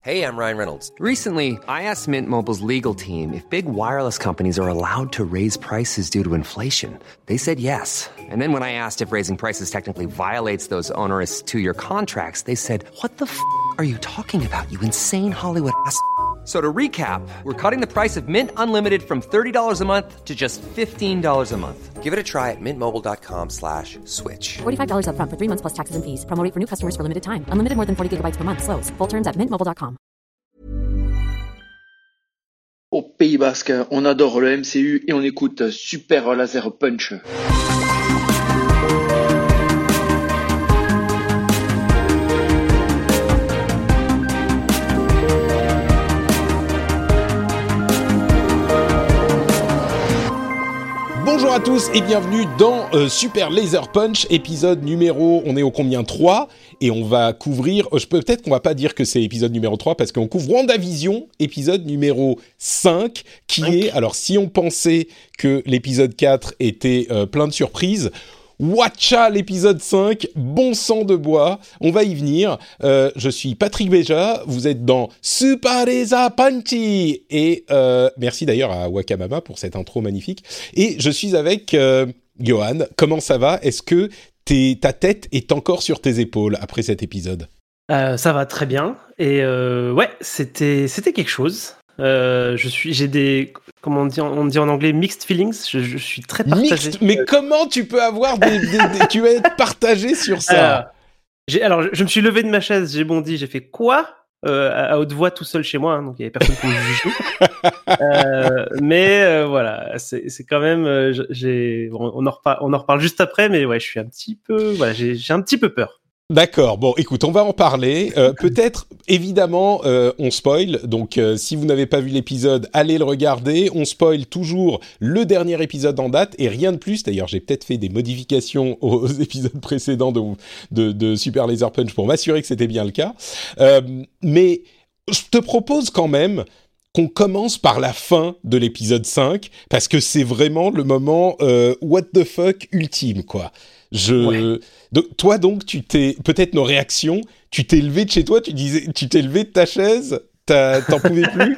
Hey, I'm Ryan Reynolds. Recently, I asked Mint Mobile's legal team if big wireless companies are allowed to raise prices due to inflation. They said yes. And then when I asked if raising prices technically violates those onerous two-year contracts, they said, "What the f*** are you talking about, you insane Hollywood ass?" So to recap, we're cutting the price of Mint Unlimited from $30 a month to just $15 a month. Give it a try at mintmobile.com/switch. $45 up front for 3 months plus taxes and fees. Promo rate for new customers for limited time. Unlimited more than 40 gigabytes per month. Slows full terms at mintmobile.com. Au Pays Basque, on adore le MCU et on écoute Super Laser Punch. Bonjour à tous et bienvenue dans Super Laser Punch, épisode numéro, on est au combien 3 et on va couvrir, peut-être qu'on va pas dire que c'est épisode numéro 3 parce qu'on couvre WandaVision, épisode numéro 5, qui est, alors si on pensait que l'épisode 4 était plein de surprises, watcha l'épisode 5, bon sang de bois, on va y venir. Je suis Patrick Béja, vous êtes dans Super Laser Punchy et merci d'ailleurs à Wakamama pour cette intro magnifique. Et je suis avec Johan, comment ça va ? Est-ce que ta tête est encore sur tes épaules après cet épisode ? Ça va très bien et ouais, c'était quelque chose. J'ai des, comment on dit en anglais, mixed feelings. Je suis très partagé. Mais comment tu peux avoir tu vas être partagé sur ça? Alors, je me suis levé de ma chaise, j'ai bondi, j'ai fait quoi à haute voix tout seul chez moi, hein, donc il y avait personne pour me juger. Mais voilà, c'est quand même. On en reparle juste après, mais ouais, je suis un petit peu, voilà, j'ai un petit peu peur. D'accord, bon écoute, on va en parler, peut-être évidemment on spoil, donc si vous n'avez pas vu l'épisode, allez le regarder, on spoil toujours le dernier épisode en date et rien de plus, d'ailleurs j'ai peut-être fait des modifications aux épisodes précédents de Super Laser Punch pour m'assurer que c'était bien le cas, mais je te propose quand même qu'on commence par la fin de l'épisode 5, parce que c'est vraiment le moment what the fuck ultime, quoi. Ouais. Toi donc, peut-être nos réactions, tu t'es levé de chez toi, tu t'es levé de ta chaise, t'en pouvais plus?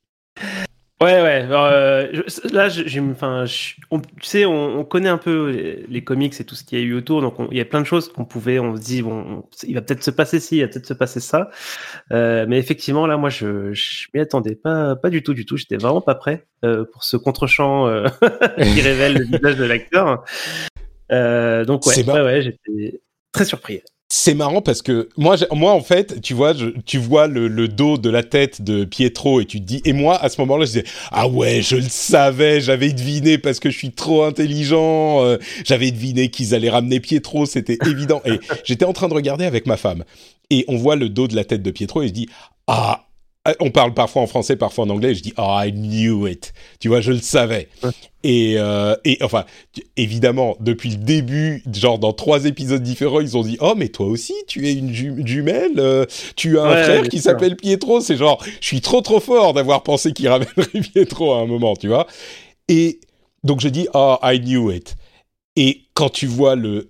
Ouais. Là, tu sais, on connaît un peu les comics et tout ce qu'il y a eu autour, donc il y a plein de choses on se dit, bon, il va peut-être se passer ci, il va peut-être se passer ça, mais effectivement, là, moi, je m'y attendais pas du tout, j'étais vraiment pas prêt pour ce contre-champ qui révèle le visage de l'acteur. Donc ouais, j'étais très surpris. C'est marrant parce que moi en fait, tu vois le dos de la tête de Pietro et tu te dis, et moi à ce moment-là je disais, ah ouais, je le savais, j'avais deviné parce que je suis trop intelligent, j'avais deviné qu'ils allaient ramener Pietro, c'était évident. Et j'étais en train de regarder avec ma femme et on voit le dos de la tête de Pietro et je dis, ah, on parle parfois en français, parfois en anglais, et je dis, oh, I knew it. Tu vois, je le savais. Et enfin, évidemment, depuis le début, genre dans 3 épisodes différents, ils ont dit, oh, mais toi aussi, tu es une jumelle, tu as un frère qui s'appelle Pietro. C'est genre, je suis trop fort d'avoir pensé qu'il ramènerait Pietro à un moment, tu vois. Et donc, je dis, oh, I knew it. Et quand tu vois le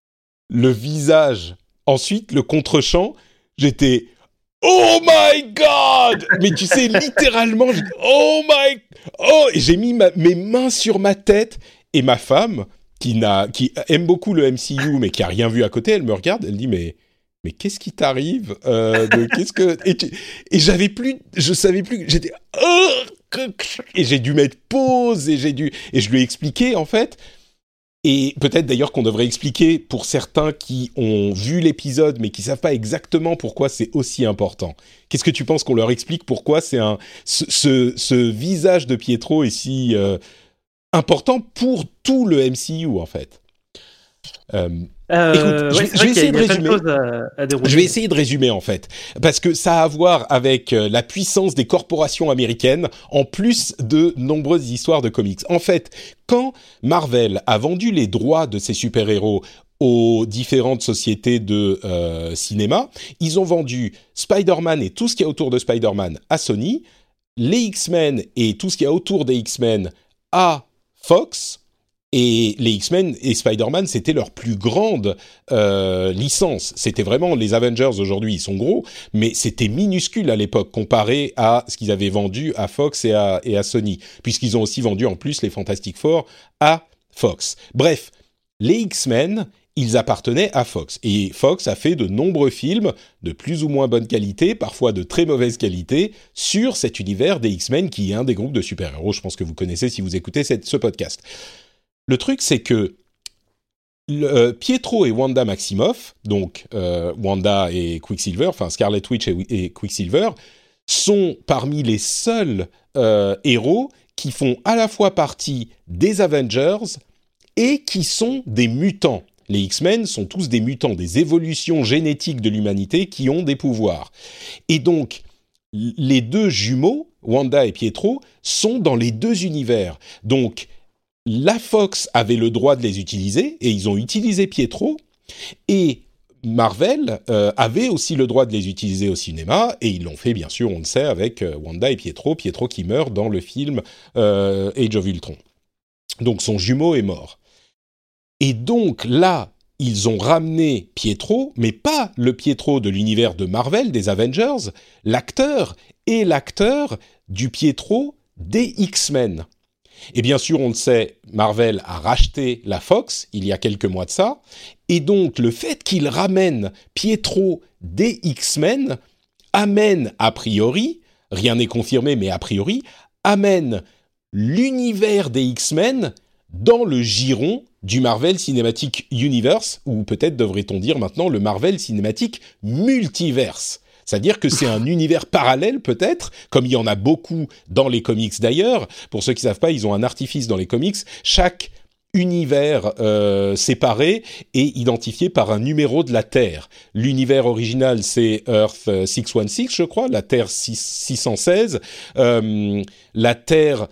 visage, ensuite, le contre-champ, j'étais... Oh my God! Mais tu sais, littéralement, et j'ai mis mes mains sur ma tête et ma femme, qui aime beaucoup le MCU, mais qui a rien vu à côté, elle me regarde, elle dit, mais qu'est-ce qui t'arrive? Et je savais plus, j'étais, et j'ai dû mettre pause, et je lui ai expliqué, en fait. Et peut-être d'ailleurs qu'on devrait expliquer pour certains qui ont vu l'épisode mais qui savent pas exactement pourquoi c'est aussi important. Qu'est-ce que tu penses qu'on leur explique pourquoi ce visage de Pietro est si important pour tout le MCU en fait? Écoute, je vais essayer de résumer. Je vais essayer de résumer en fait, parce que ça a à voir avec la puissance des corporations américaines, en plus de nombreuses histoires de comics. En fait, quand Marvel a vendu les droits de ses super-héros aux différentes sociétés de cinéma, ils ont vendu Spider-Man et tout ce qu'il y a autour de Spider-Man à Sony, les X-Men et tout ce qu'il y a autour des X-Men à Fox. Et les X-Men et Spider-Man, c'était leur plus grande licence. C'était vraiment les Avengers aujourd'hui, ils sont gros, mais c'était minuscule à l'époque comparé à ce qu'ils avaient vendu à Fox et à Sony, puisqu'ils ont aussi vendu en plus les Fantastic Four à Fox. Bref, les X-Men, ils appartenaient à Fox. Et Fox a fait de nombreux films de plus ou moins bonne qualité, parfois de très mauvaise qualité, sur cet univers des X-Men qui est un des groupes de super-héros. Je pense que vous connaissez si vous écoutez ce podcast. Le truc, c'est que Pietro et Wanda Maximoff, donc Wanda et Quicksilver, enfin Scarlet Witch et Quicksilver, sont parmi les seuls héros qui font à la fois partie des Avengers et qui sont des mutants. Les X-Men sont tous des mutants, des évolutions génétiques de l'humanité qui ont des pouvoirs. Et donc, les deux jumeaux, Wanda et Pietro, sont dans les deux univers. Donc, la Fox avait le droit de les utiliser, et ils ont utilisé Pietro, et Marvel avait aussi le droit de les utiliser au cinéma, et ils l'ont fait, bien sûr, on le sait, avec Wanda et Pietro qui meurt dans le film Age of Ultron. Donc, son jumeau est mort. Et donc, là, ils ont ramené Pietro, mais pas le Pietro de l'univers de Marvel, des Avengers, l'acteur est l'acteur du Pietro des X-Men. Et bien sûr, on le sait, Marvel a racheté la Fox il y a quelques mois de ça, et donc le fait qu'il ramène Pietro des X-Men amène a priori, rien n'est confirmé, mais a priori, amène l'univers des X-Men dans le giron du Marvel Cinematic Universe, ou peut-être devrait-on dire maintenant le Marvel Cinematic Multiverse. C'est-à-dire que c'est un univers parallèle peut-être, comme il y en a beaucoup dans les comics d'ailleurs. Pour ceux qui ne savent pas, ils ont un artifice dans les comics. Chaque univers séparé est identifié par un numéro de la Terre. L'univers original, c'est Earth 616, je crois, la Terre 616. La Terre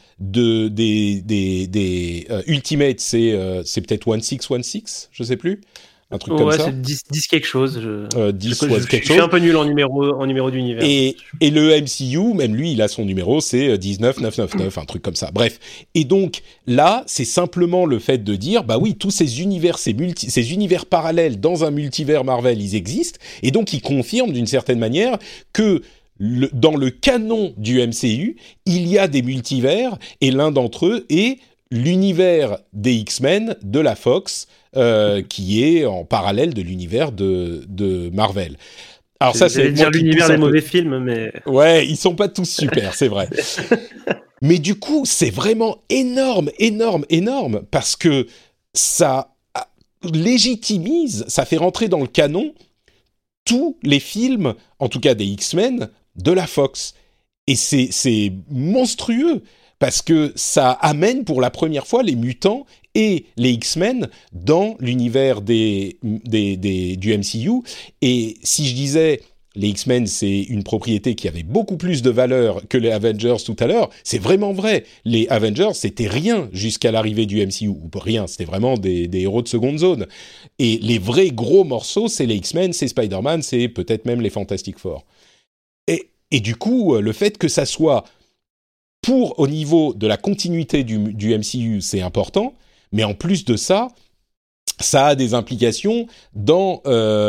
des Ultimates, c'est peut-être 1616, je ne sais plus. Un truc comme ça. Ouais, c'est 10 quelque chose. 10 quelque chose. Je suis un peu nul en numéro d'univers. Et le MCU, même lui, il a son numéro, c'est 19999, un truc comme ça. Bref. Et donc, là, c'est simplement le fait de dire, bah oui, tous ces univers, ces univers parallèles dans un multivers Marvel, ils existent. Et donc, ils confirment d'une certaine manière que dans le canon du MCU, il y a des multivers, et l'un d'entre eux est l'univers des X-Men de la Fox, qui est en parallèle de l'univers de Marvel. Alors ça, c'est dire l'univers des mauvais films, mais ouais, ils sont pas tous super, c'est vrai. Mais du coup, c'est vraiment énorme, parce que ça légitimise, ça fait rentrer dans le canon tous les films, en tout cas des X-Men, de la Fox. Et c'est monstrueux, parce que ça amène pour la première fois les mutants et les X-Men dans l'univers du MCU. Et si je disais, les X-Men, c'est une propriété qui avait beaucoup plus de valeur que les Avengers tout à l'heure, c'est vraiment vrai. Les Avengers, c'était rien jusqu'à l'arrivée du MCU. Ou rien, c'était vraiment des héros de seconde zone. Et les vrais gros morceaux, c'est les X-Men, c'est Spider-Man, c'est peut-être même les Fantastic Four. Et du coup, le fait que ça soit au niveau de la continuité du MCU, c'est important, mais en plus de ça, ça a des implications dans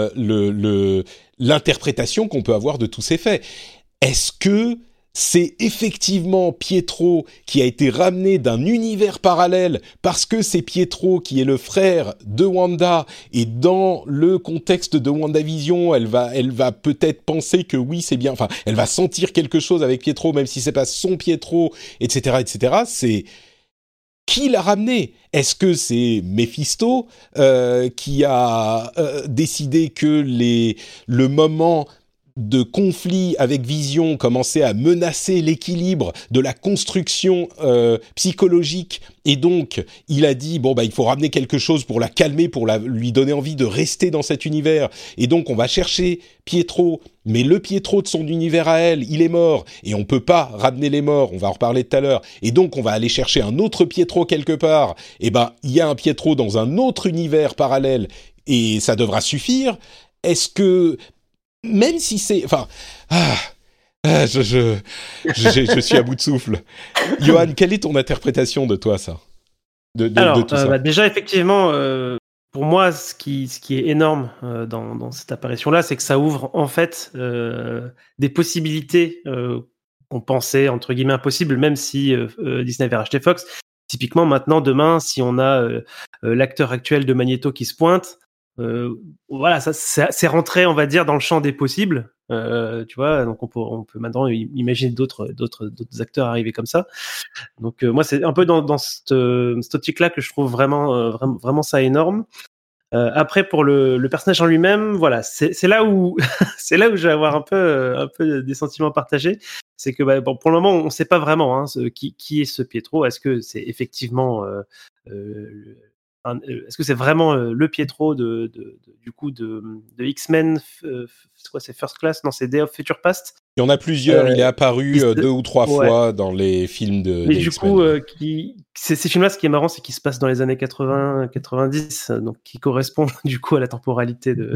l'interprétation qu'on peut avoir de tous ces faits. Est-ce que c'est effectivement Pietro qui a été ramené d'un univers parallèle parce que c'est Pietro qui est le frère de Wanda, et dans le contexte de WandaVision, elle va peut-être penser que oui, c'est bien, enfin, elle va sentir quelque chose avec Pietro, même si c'est pas son Pietro, etc., etc. C'est qui l'a ramené? Est-ce que c'est Mephisto qui a décidé que le moment de conflit avec Vision commençait à menacer l'équilibre de la construction psychologique, et donc il a dit bon bah il faut ramener quelque chose pour la calmer, pour lui donner envie de rester dans cet univers, et donc on va chercher Pietro, mais le Pietro de son univers à elle, il est mort et on peut pas ramener les morts, on va en reparler tout à l'heure, et donc on va aller chercher un autre Pietro quelque part, et ben il y a un Pietro dans un autre univers parallèle et ça devra suffire. Est-ce que même si c'est, enfin, je suis à bout de souffle. Johan, quelle est ton interprétation de toi, ça? de tout ça. Déjà, effectivement, pour moi, ce qui est énorme dans cette apparition-là, c'est que ça ouvre en fait des possibilités qu'on pensait entre guillemets impossibles, même si Disney avait racheté Fox. Typiquement, maintenant, demain, si on a l'acteur actuel de Magneto qui se pointe, voilà, ça c'est rentré, on va dire, dans le champ des possibles. Tu vois, donc on peut maintenant imaginer d'autres acteurs arriver comme ça. Donc moi, c'est un peu dans cette optique-là que je trouve vraiment ça énorme. Après, pour le personnage en lui-même, voilà, c'est là où c'est là où je vais avoir un peu des sentiments partagés. C'est que bon, pour le moment, on ne sait pas vraiment qui est ce Pietro. Est-ce que c'est effectivement est-ce que c'est vraiment le Pietro du coup de X-Men, c'est quoi, c'est First Class? Non, c'est Day of Future Past. Il y en a plusieurs, il est apparu 2 ou 3 fois dans les films Mais des du X-Men. coup, ces films-là, ce qui est marrant, c'est qu'ils se passent dans les années 80-90, donc qui correspond du coup à la temporalité de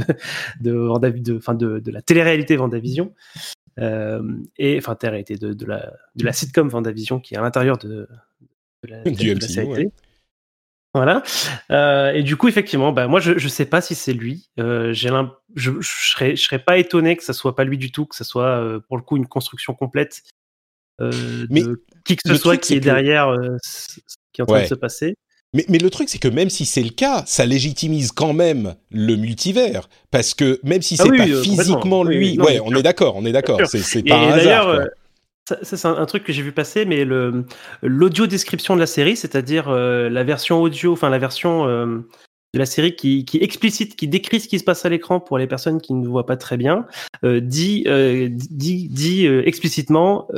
la télé-réalité WandaVision. Et enfin télé-réalité de la sitcom WandaVision qui est à l'intérieur de la série télé. Voilà. Et du coup, effectivement, moi, je sais pas si c'est lui. Je serais pas étonné que ça soit pas lui du tout, que ça soit pour le coup une construction complète de qui que ce soit qui est derrière ce qui est en train de se passer. Mais le truc, c'est que même si c'est le cas, ça légitimise quand même le multivers, parce que même si c'est pas physiquement lui, on est d'accord, c'est pas un hasard. Quoi. Ça, c'est un truc que j'ai vu passer, mais l'audio description de la série, c'est-à-dire la version audio, enfin la version de la série qui explicite, qui décrit ce qui se passe à l'écran pour les personnes qui ne voient pas très bien, dit explicitement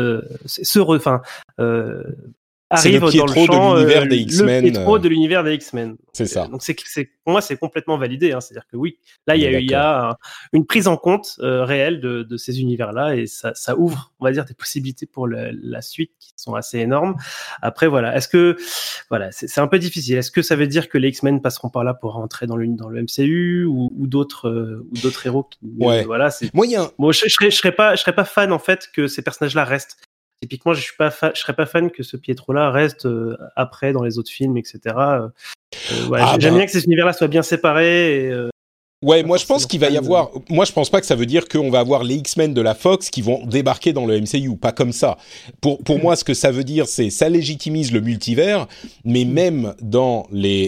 arrive dans le champ de l'univers des X-Men. Le Pietro de l'univers des X-Men. C'est ça. Donc pour moi, c'est complètement validé. C'est-à-dire que oui, là, il y a une prise en compte réelle de ces univers-là et ça ouvre, on va dire, des possibilités pour la suite qui sont assez énormes. Après, voilà, c'est un peu difficile. Est-ce que ça veut dire que les X-Men passeront par là pour rentrer dans le MCU ou d'autres héros qui, voilà, c'est. Moi, je serais pas fan en fait que ces personnages-là restent. Typiquement, je serais pas fan que ce Pietro-là reste après dans les autres films, etc. J'aime bien que ces univers-là soient bien séparés. Moi je pense qu'il va y avoir. Moi je pense pas que ça veut dire qu'on va avoir les X-Men de la Fox qui vont débarquer dans le MCU, pas comme ça. Pour moi, ce que ça veut dire, c'est ça légitimise le multivers, mais même dans les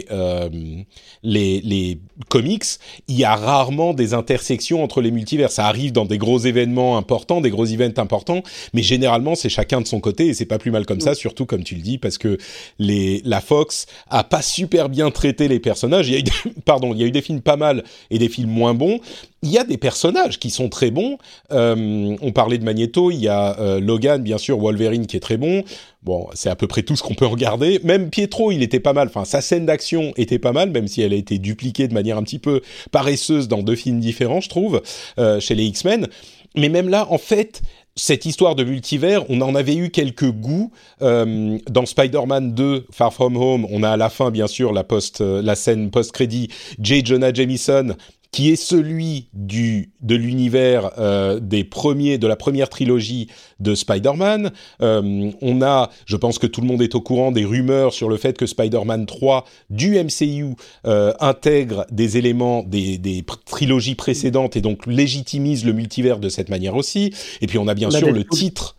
comics, il y a rarement des intersections entre les multivers. Ça arrive dans des gros événements importants, des gros events importants, mais généralement c'est chacun de son côté et c'est pas plus mal comme ça, surtout comme tu le dis, parce que la Fox a pas super bien traité les personnages. Il y a eu des films pas mal et des films moins bons. Il y a des personnages qui sont très bons. On parlait de Magneto, il y a Logan, bien sûr, Wolverine qui est très bon. Bon, c'est à peu près tout ce qu'on peut regarder. Même Pietro, il était pas mal. Enfin, sa scène d'action était pas mal, même si elle a été dupliquée de manière un petit peu paresseuse dans 2 films différents, je trouve, chez les X-Men. Mais même là, en fait, cette histoire de multivers, on en avait eu quelques goûts dans Spider-Man 2, Far From Home. On a à la fin, bien sûr, la scène post-crédit, J. Jonah Jameson, qui est celui de l'univers de la première trilogie de Spider-Man. On a, je pense que tout le monde est au courant des rumeurs sur le fait que Spider-Man 3 du MCU intègre des éléments des trilogies précédentes et donc légitimise le multivers de cette manière aussi. Et puis on a bien sûr le titre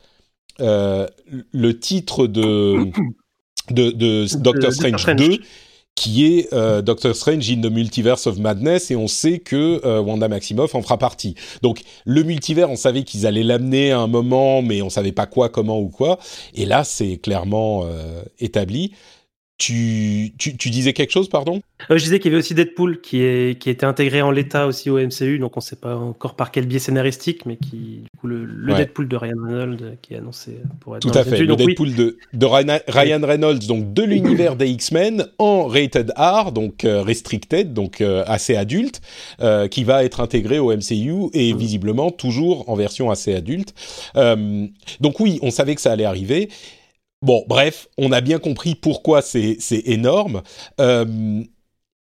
de Doctor Strange 2, qui est Doctor Strange in the Multiverse of Madness, et on sait que Wanda Maximoff en fera partie. Donc le multivers, on savait qu'ils allaient l'amener à un moment, mais on savait pas quoi, comment ou quoi. Et là, c'est clairement établi. Tu disais quelque chose, pardon ? Je disais qu'il y avait aussi Deadpool qui était intégré en l'état aussi au MCU, donc on ne sait pas encore par quel biais scénaristique, mais qui, du coup, le Deadpool de Ryan Reynolds qui est annoncé pour être tout à fait, le Deadpool de Ryan Reynolds, donc de l'univers des X-Men en rated R, donc restricted, donc assez adulte, qui va être intégré au MCU et visiblement toujours en version assez adulte. Donc oui, on savait que ça allait arriver. Bon, bref, on a bien compris pourquoi c'est énorme.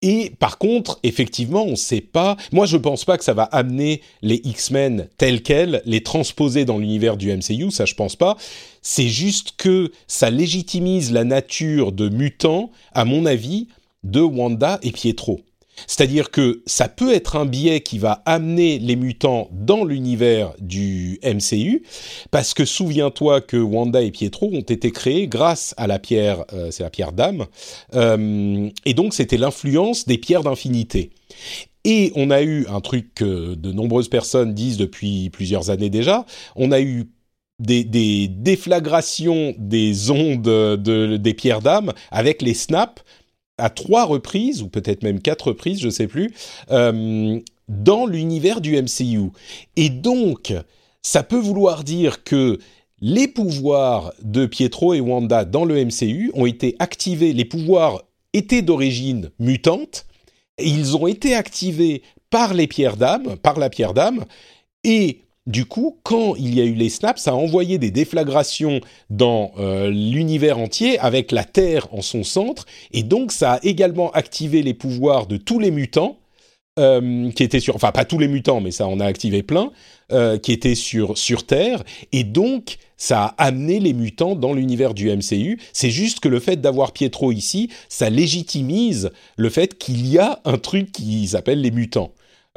Et par contre, effectivement, on ne sait pas. Moi, je ne pense pas que ça va amener les X-Men tels quels, les transposer dans l'univers du MCU. Ça, je pense pas. C'est juste que ça légitimise la nature de mutants, à mon avis, de Wanda et Pietro. C'est-à-dire que ça peut être un biais qui va amener les mutants dans l'univers du MCU, parce que souviens-toi que Wanda et Pietro ont été créés grâce à la pierre, c'est la pierre d'âme, et donc c'était l'influence des pierres d'infinité. Et on a eu un truc que de nombreuses personnes disent depuis plusieurs années déjà, on a eu des déflagrations des ondes des pierres d'âme avec les snaps, à 3 reprises, ou peut-être même 4 reprises, je ne sais plus, dans l'univers du MCU. Et donc, ça peut vouloir dire que les pouvoirs de Pietro et Wanda dans le MCU ont été activés, les pouvoirs étaient d'origine mutante, et ils ont été activés par les pierres d'âme, par la pierre d'âme, et du coup, quand il y a eu les snaps, ça a envoyé des déflagrations dans l'univers entier avec la Terre en son centre, et donc ça a également activé les pouvoirs de tous les mutants qui étaient sur, enfin pas tous les mutants, mais ça en a activé plein, qui étaient sur Terre, et donc ça a amené les mutants dans l'univers du MCU. C'est juste que le fait d'avoir Pietro ici, ça légitimise le fait qu'il y a un truc qui s'appelle les mutants.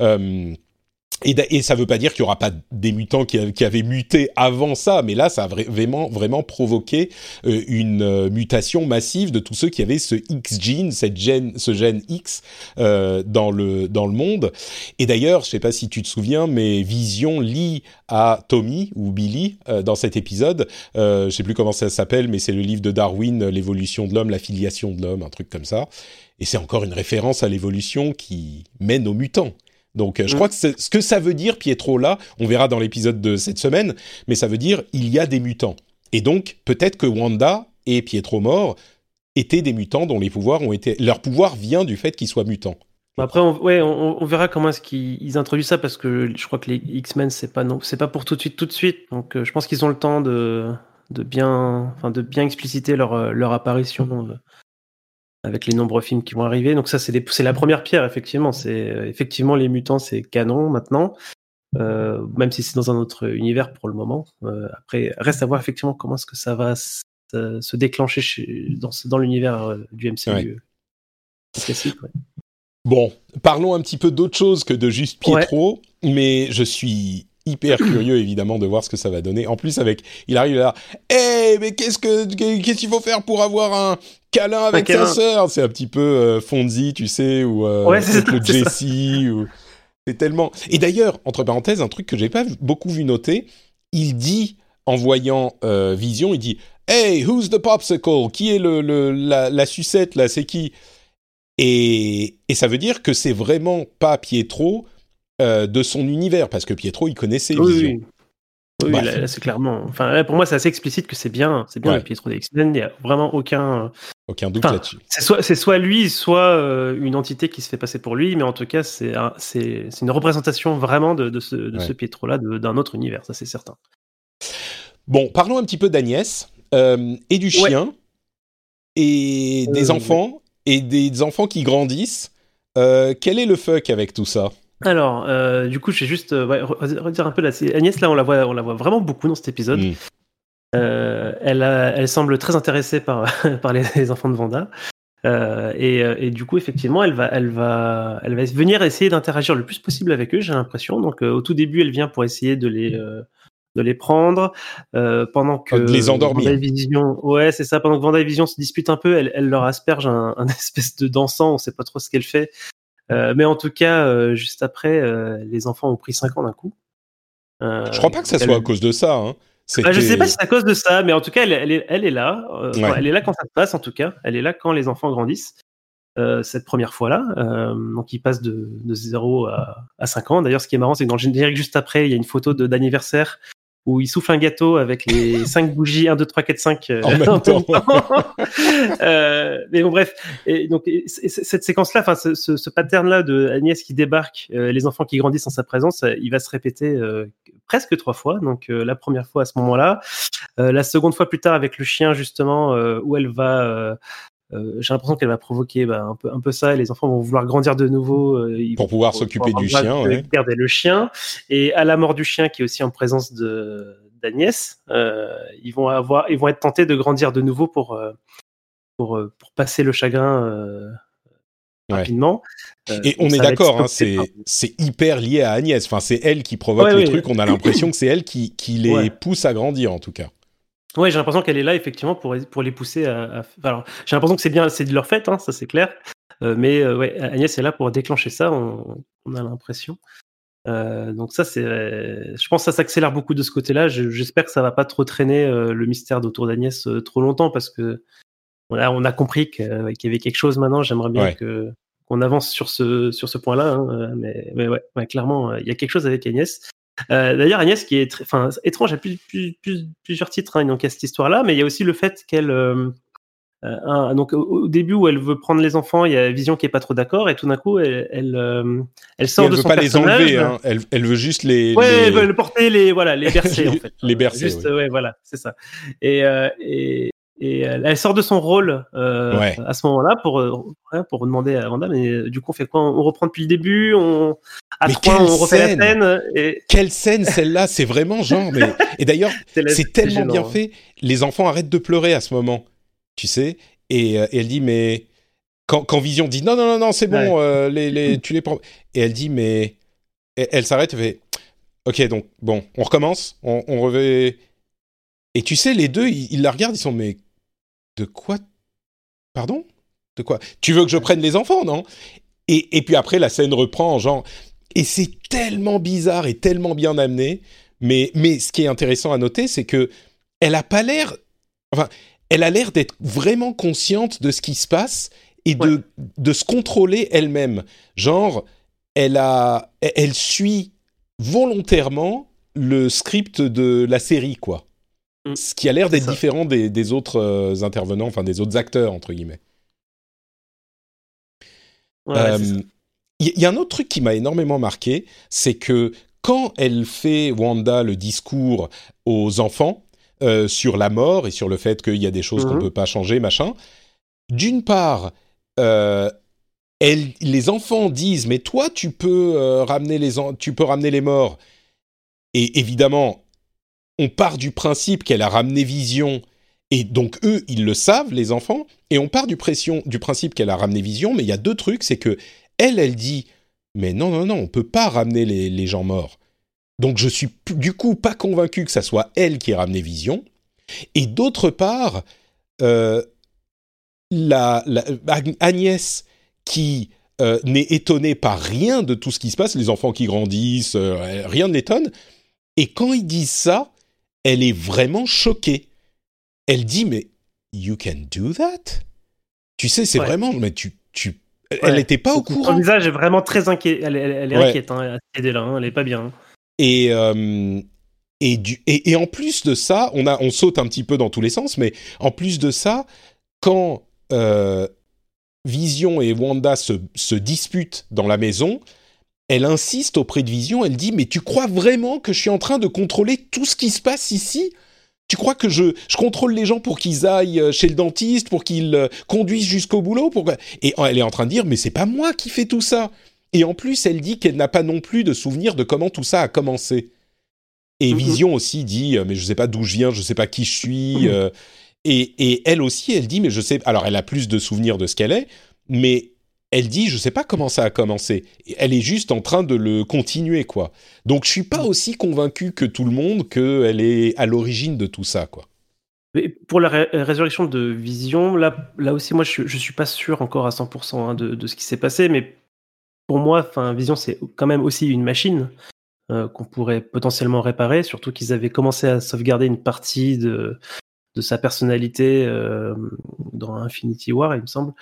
Et ça veut pas dire qu'il y aura pas des mutants qui avaient muté avant ça, mais là, ça a vraiment provoqué une mutation massive de tous ceux qui avaient ce X-gene, ce gène X dans le monde. Et d'ailleurs, je sais pas si tu te souviens, mais Vision lit à Tommy ou Billy dans cet épisode. Je sais plus comment ça s'appelle, mais c'est le livre de Darwin, l'évolution de l'homme, la filiation de l'homme, un truc comme ça. Et c'est encore une référence à l'évolution qui mène aux mutants. Donc, je crois que ce que ça veut dire, Pietro, là, on verra dans l'épisode de cette semaine, mais ça veut dire il y a des mutants. Et donc, peut-être que Wanda et Pietro mort étaient des mutants dont les pouvoirs ont été... Leur pouvoir vient du fait qu'ils soient mutants. Après, on verra comment est-ce qu'ils introduisent ça, parce que je crois que les X-Men, c'est pas pour tout de suite. Donc, je pense qu'ils ont le temps de bien expliciter leur apparition avec les nombreux films qui vont arriver. Donc ça, c'est la première pierre, effectivement. Effectivement, les mutants, c'est canon maintenant, même si c'est dans un autre univers pour le moment. Après, reste à voir effectivement comment est-ce que ça va se déclencher dans l'univers du MCU. Ouais. Classique, ouais. Bon, parlons un petit peu d'autre chose que de juste Pietro, mais je suis hyper curieux, évidemment, de voir ce que ça va donner. En plus, il arrive là, mais qu'est-ce qu'il faut faire pour avoir un câlin avec sa sœur? C'est un petit peu Fonzie, tu sais, ou peut-être le Jessie, ou... C'est tellement... Et d'ailleurs, entre parenthèses, un truc que j'ai pas beaucoup vu noter, il dit, en voyant Vision, il dit « Hey, who's the popsicle ?» Qui est la sucette, là? C'est qui? Et ça veut dire que c'est vraiment pas Pietro de son univers, parce que Pietro, il connaissait Vision. Oui, là, c'est clairement... Enfin, là, pour moi, c'est assez explicite que c'est bien le Pietro des X-Men. Il n'y a vraiment aucun doute là-dessus. C'est soit lui, soit une entité qui se fait passer pour lui, mais en tout cas, c'est une représentation vraiment de ce Pietro-là, d'un autre univers, ça c'est certain. Bon, parlons un petit peu d'Agnès, et du chien, et des enfants, et des enfants qui grandissent. Quel est le fuck avec tout ça ? Alors, du coup, je vais juste redire un peu là. Agnès, là, on la voit vraiment beaucoup dans cet épisode. Elle semble très intéressée par les enfants de Wanda. Et du coup, effectivement, elle va venir essayer d'interagir le plus possible avec eux, j'ai l'impression. Donc, au tout début, elle vient pour essayer de les prendre, pendant que de les endormir. C'est ça. Pendant que Wanda et Vision se disputent un peu, elle leur asperge un espèce de d'encens. On sait pas trop ce qu'elle fait. Mais en tout cas, juste après, les enfants ont pris 5 ans d'un coup. Je crois pas que ça soit à cause de ça. Hein. Je sais pas si c'est à cause de ça, mais en tout cas, elle est là. Elle est là quand ça se passe, en tout cas. Elle est là quand les enfants grandissent. Cette première fois-là. Donc, ils passent de 0 à 5 ans. D'ailleurs, ce qui est marrant, c'est que dans le générique, juste après, il y a une photo d'anniversaire où il souffle un gâteau avec les 5 bougies, 1, 2, 3, 4, 5 en même temps. Mais bon, bref. Et donc, cette séquence-là, enfin, ce pattern-là de Agnès qui débarque, les enfants qui grandissent en sa présence, il va se répéter presque 3 fois. Donc, la première fois à ce moment-là, la seconde fois plus tard avec le chien, justement, où elle va j'ai l'impression qu'elle va provoquer un peu ça, et les enfants vont vouloir grandir de nouveau. Pour pouvoir s'occuper du chien, ouais. Garder le chien. Et à la mort du chien, qui est aussi en présence d'Agnès, ils vont être tentés de grandir de nouveau pour passer le chagrin rapidement. Et on est d'accord, hein, c'est hyper lié à Agnès. Enfin, c'est elle qui provoque le truc. On a l'impression que c'est elle qui les pousse à grandir, en tout cas. Ouais, j'ai l'impression qu'elle est là effectivement pour les pousser à... Alors, j'ai l'impression que c'est de leur fait, hein, ça c'est clair. Mais Agnès est là pour déclencher ça. On a l'impression. Donc ça, je pense que ça s'accélère beaucoup de ce côté-là. J'espère que ça va pas trop traîner le mystère autour d'Agnès trop longtemps, parce que on a compris qu'il y avait quelque chose maintenant. J'aimerais bien qu'on avance sur ce point-là, hein, mais ouais, clairement, il y a quelque chose avec Agnès. D'ailleurs, Agnès, qui est étrange, à plusieurs titres, hein, donc il y a cette histoire-là, mais il y a aussi le fait qu'elle, donc au début où elle veut prendre les enfants, il y a Vision qui est pas trop d'accord, et tout d'un coup, elle sort de son personnage. Elle veut pas les enlever, hein. Elle veut juste les. Ouais, elle veut porter les bercer en fait. Les bercer. Juste, ouais, voilà, c'est ça. Et elle sort de son rôle à ce moment-là pour demander à Wanda, mais du coup on fait quoi? On reprend depuis le début, on refait la scène. Quelle scène celle-là, c'est vraiment genre. Et d'ailleurs, c'est tellement bien fait. Les enfants arrêtent de pleurer à ce moment, tu sais. Et elle dit mais quand Vision dit non, c'est bon, tu les prends. Et elle dit mais elle s'arrête et fait ok, donc bon, on recommence, on revient. Et tu sais, les deux ils la regardent, ils sont mais de quoi? Pardon? De quoi? Tu veux que je prenne les enfants, non? Et puis après, la scène reprend, genre... Et c'est tellement bizarre et tellement bien amené. Mais ce qui est intéressant à noter, c'est que elle a pas l'air... Enfin, elle a l'air d'être vraiment consciente de ce qui se passe et de se contrôler elle-même. Genre, elle suit volontairement le script de la série, quoi. Ce qui a l'air d'être différent des autres intervenants, enfin des autres acteurs, entre guillemets. Il y a un autre truc qui m'a énormément marqué, c'est que quand elle fait, Wanda, le discours aux enfants sur la mort et sur le fait qu'il y a des choses qu'on ne peut pas changer, machin, d'une part, les enfants disent « Mais toi, tu peux ramener les morts ». Et évidemment... On part du principe qu'elle a ramené Vision, et donc eux, ils le savent, les enfants, et on part du principe qu'elle a ramené Vision, mais il y a deux trucs, c'est que elle dit « Mais non, on peut pas ramener les gens morts ». Donc je suis du coup pas convaincu que ça soit elle qui ait ramené Vision. Et d'autre part, Agnès, qui n'est étonnée par rien de tout ce qui se passe, les enfants qui grandissent, rien ne l'étonne, et quand ils disent ça, elle est vraiment choquée. Elle dit, mais you can do that? Tu sais, c'est vraiment, mais elle n'était pas au courant. Son visage est vraiment très inquiet. Elle est inquiète, hein, elle est pas bien. Et en plus de ça, on saute un petit peu dans tous les sens, mais en plus de ça, quand Vision et Wanda se disputent dans la maison, elle insiste auprès de Vision, elle dit « Mais tu crois vraiment que je suis en train de contrôler tout ce qui se passe ici ? Tu crois que je contrôle les gens pour qu'ils aillent chez le dentiste, pour qu'ils conduisent jusqu'au boulot ? Et elle est en train de dire « Mais c'est pas moi qui fais tout ça !» Et en plus, elle dit qu'elle n'a pas non plus de souvenir de comment tout ça a commencé. Et Vision aussi dit « Mais je sais pas d'où je viens, je sais pas qui je suis. » Et elle aussi, elle dit « Mais je sais... » Alors, elle a plus de souvenirs de ce qu'elle est, mais... Elle dit, je sais pas comment ça a commencé. Elle est juste en train de le continuer, quoi. Donc, je suis pas aussi convaincu que tout le monde qu'elle est à l'origine de tout ça, quoi. Mais pour la résurrection de Vision, là aussi, moi, je suis pas sûr encore à 100% hein, de ce qui s'est passé, mais pour moi, Vision, c'est quand même aussi une machine qu'on pourrait potentiellement réparer, surtout qu'ils avaient commencé à sauvegarder une partie de sa personnalité dans Infinity War, il me semble.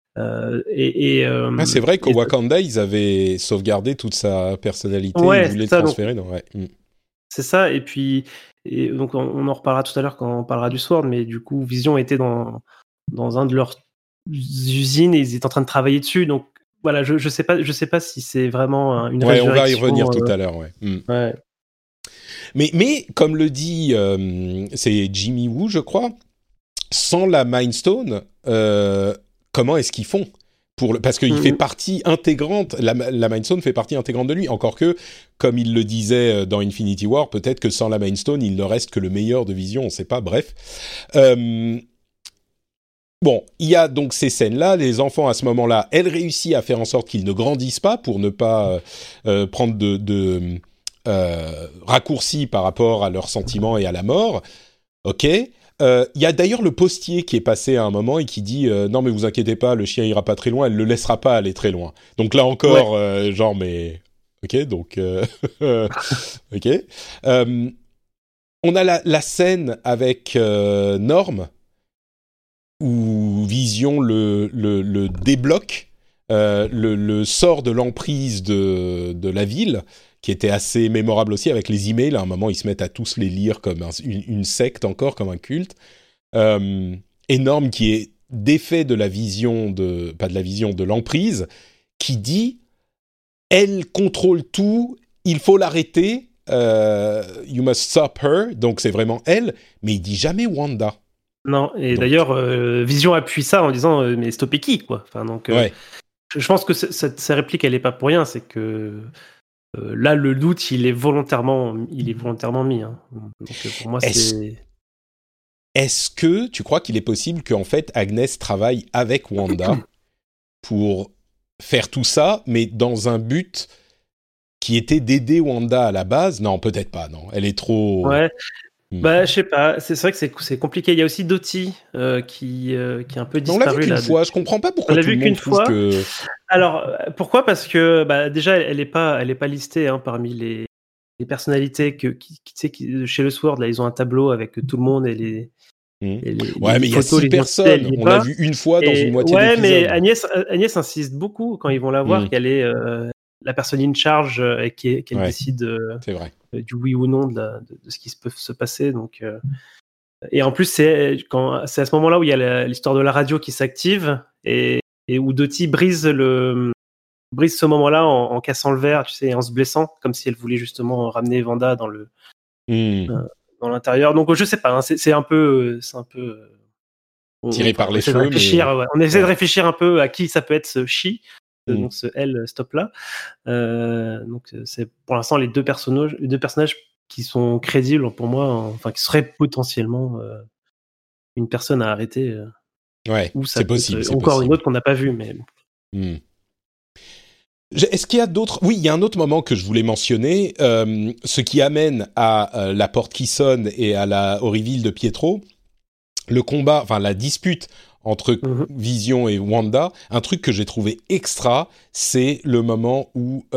C'est vrai qu'au Wakanda, ils avaient sauvegardé toute sa personnalité, ils voulaient le transférer. C'est ça, et puis donc on en reparlera tout à l'heure quand on parlera du Sword, mais du coup Vision était dans un de leurs usines et ils étaient en train de travailler dessus, donc voilà, je sais pas si c'est vraiment une résurrection. On va y revenir tout à l'heure, ouais. Mais comme le dit, c'est Jimmy Woo, je crois, sans la Mind Stone, comment est-ce qu'ils font parce qu'il fait partie intégrante, la Mind Stone fait partie intégrante de lui, encore que, comme il le disait dans Infinity War, peut-être que sans la Mind Stone, il ne reste que le meilleur de Vision, on ne sait pas, bref. Bon, il y a donc ces scènes-là, les enfants à ce moment-là, elle réussit à faire en sorte qu'ils ne grandissent pas pour ne pas prendre de raccourcis par rapport à leurs sentiments et à la mort, ok. Il y a d'ailleurs le postier qui est passé à un moment et qui dit non mais vous inquiétez pas, le chien ira pas très loin, elle le laissera pas aller très loin. Donc là encore, genre mais ok donc ok. On a la scène avec Norm où Vision le débloque, le sort de l'emprise de la ville, qui était assez mémorable aussi avec les emails. À un moment, ils se mettent à tous les lire comme une secte encore, comme un culte. Énorme, qui est défait de la vision pas de la vision, de l'emprise, qui dit « Elle contrôle tout, il faut l'arrêter, you must stop her », donc c'est vraiment elle, mais il dit jamais Wanda. Non, et donc, d'ailleurs, Vision appuie ça en disant « Mais stopper qui ?» quoi. Enfin, donc, ouais. Je pense que cette réplique, elle n'est pas pour rien, c'est que... là, le doute, il est volontairement mis. Hein. Donc, pour moi, Est-ce que tu crois qu'il est possible qu'en fait, Agnès travaille avec Wanda pour faire tout ça, mais dans un but qui était d'aider Wanda à la base ? Non, peut-être pas, non. Elle est trop... Ouais. Bah, je sais pas. C'est vrai que c'est compliqué. Il y a aussi Dottie qui est un peu disparu. On l'a vu qu'une fois. Je comprends pas pourquoi tout le monde trouve que... Alors, pourquoi ? Parce que déjà, elle est pas listée parmi les personnalités chez le Sword. Là, ils ont un tableau avec tout le monde et les ouais, mais il y a 6 personnes. On l'a vu une fois dans une moitié d'épisode. Ouais, mais Agnès insiste beaucoup quand ils vont la voir qu'elle est la personne in charge et qu'elle décide c'est vrai. Du oui ou non de ce qui peut se passer. Donc, et en plus, c'est à ce moment-là où il y a l'histoire de la radio qui s'active et où Dottie brise ce moment-là en cassant le verre, tu sais, et en se blessant, comme si elle voulait justement ramener Wanda dans dans l'intérieur. Donc je sais pas, hein, c'est un peu tiré par les cheveux. On essaie de réfléchir un peu à qui ça peut être ce chi, donc ce L stop là. Donc c'est pour l'instant les deux personnages qui sont crédibles pour moi, enfin qui seraient potentiellement une personne à arrêter. Ouais, ou ça c'est possible. C'est encore une autre qu'on n'a pas vue, mais. Est-ce qu'il y a d'autres... Oui, il y a un autre moment que je voulais mentionner, ce qui amène à la porte qui sonne et au reveal de Pietro, le combat, enfin la dispute entre Vision et Wanda. Un truc que j'ai trouvé extra, c'est le moment où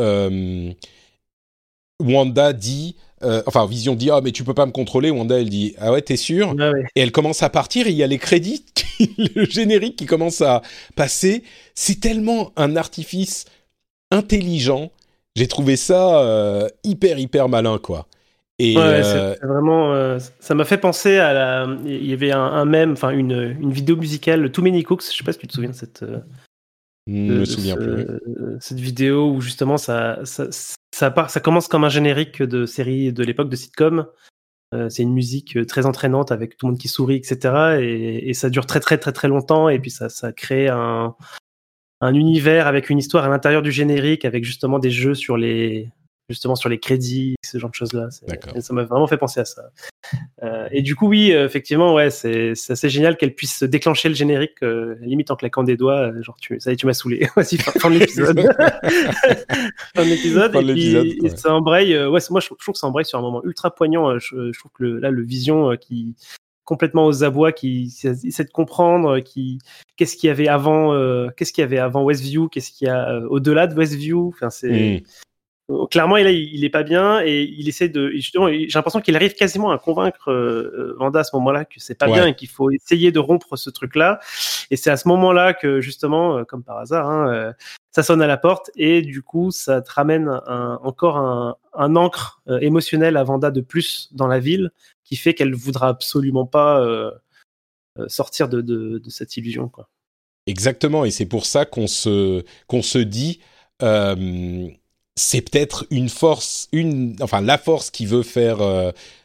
Wanda dit... Vision dit « Ah, mais tu peux pas me contrôler ». Wanda, elle dit « Ah ouais, t'es sûr ?» Ouais. Et elle commence à partir et il y a les crédits, le générique qui commence à passer. C'est tellement un artifice intelligent. J'ai trouvé ça hyper malin, quoi. Et c'est vraiment... ça m'a fait penser à il y avait un mème, enfin une vidéo musicale, Too Many Cooks, je sais pas si tu te souviens de cette... je me souviens plus. Cette vidéo où justement ça commence comme un générique de série de l'époque de sitcom. C'est une musique très entraînante avec tout le monde qui sourit, etc. Et ça dure très très très très longtemps. Et puis ça crée un univers avec une histoire à l'intérieur du générique, avec justement des jeux sur les crédits, ce genre de choses-là. Ça m'a vraiment fait penser à ça. Et du coup, oui, effectivement, ouais, c'est assez génial qu'elle puisse déclencher le générique, limite en claquant des doigts. Genre, ça y est, tu m'as saoulé. Vas-y, fin de l'épisode. Fin de l'épisode. Et ça embraye. Moi, je trouve que ça embraye sur un moment ultra poignant. Je trouve que le Vision qui complètement aux abois, qui essaie de comprendre, qu'est-ce qu'il y avait avant Westview, qu'est-ce qu'il y a au-delà de Westview. Enfin, c'est clairement, il est pas bien et il essaie justement, j'ai l'impression qu'il arrive quasiment à convaincre Wanda à ce moment-là que c'est pas bien et qu'il faut essayer de rompre ce truc-là. Et c'est à ce moment-là que justement, comme par hasard, ça sonne à la porte et du coup, ça te ramène encore un ancre émotionnel à Wanda de plus dans la ville, qui fait qu'elle voudra absolument pas sortir de cette illusion, quoi. Exactement, et c'est pour ça qu'on se dit c'est peut-être une force, la force qui veut faire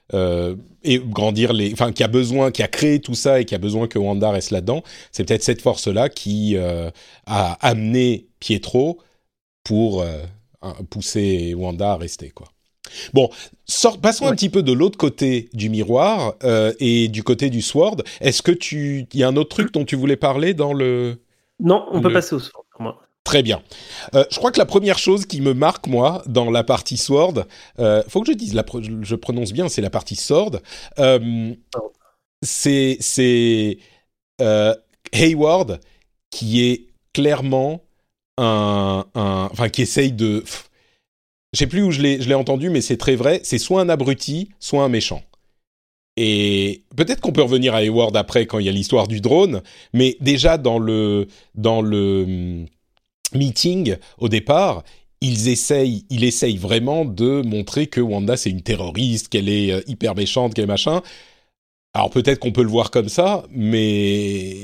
et grandir qui a créé tout ça et qui a besoin que Wanda reste là-dedans. C'est peut-être cette force-là qui a amené Pietro pour pousser Wanda à rester, quoi. Bon, passons un petit peu de l'autre côté du miroir et du côté du Sword. Est-ce que il y a un autre truc dont tu voulais parler dans le... Non, on peut passer au Sword pour moi. Très bien. Je crois que la première chose qui me marque, moi, dans la partie Sword, faut que je dise, je prononce bien, c'est la partie Sword, c'est Hayward qui est clairement enfin, qui essaye de... Je sais plus où je l'ai entendu, mais c'est très vrai. C'est soit un abruti, soit un méchant. Et peut-être qu'on peut revenir à Hayward après, quand il y a l'histoire du drone, mais déjà dans le meeting, au départ, il essaye vraiment de montrer que Wanda, c'est une terroriste, qu'elle est hyper méchante, qu'elle est machin. Alors peut-être qu'on peut le voir comme ça, mais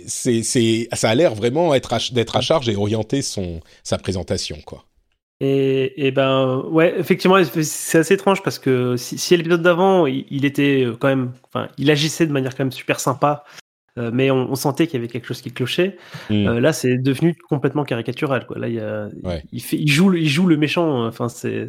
ça a l'air vraiment d'être à charge et orienter sa présentation, quoi. Et ben ouais, effectivement, c'est assez étrange parce que si l'épisode d'avant, il était quand même, enfin, il agissait de manière quand même super sympa, mais on sentait qu'il y avait quelque chose qui clochait. Là, c'est devenu complètement caricatural, quoi. Là, il joue le méchant. Enfin, c'est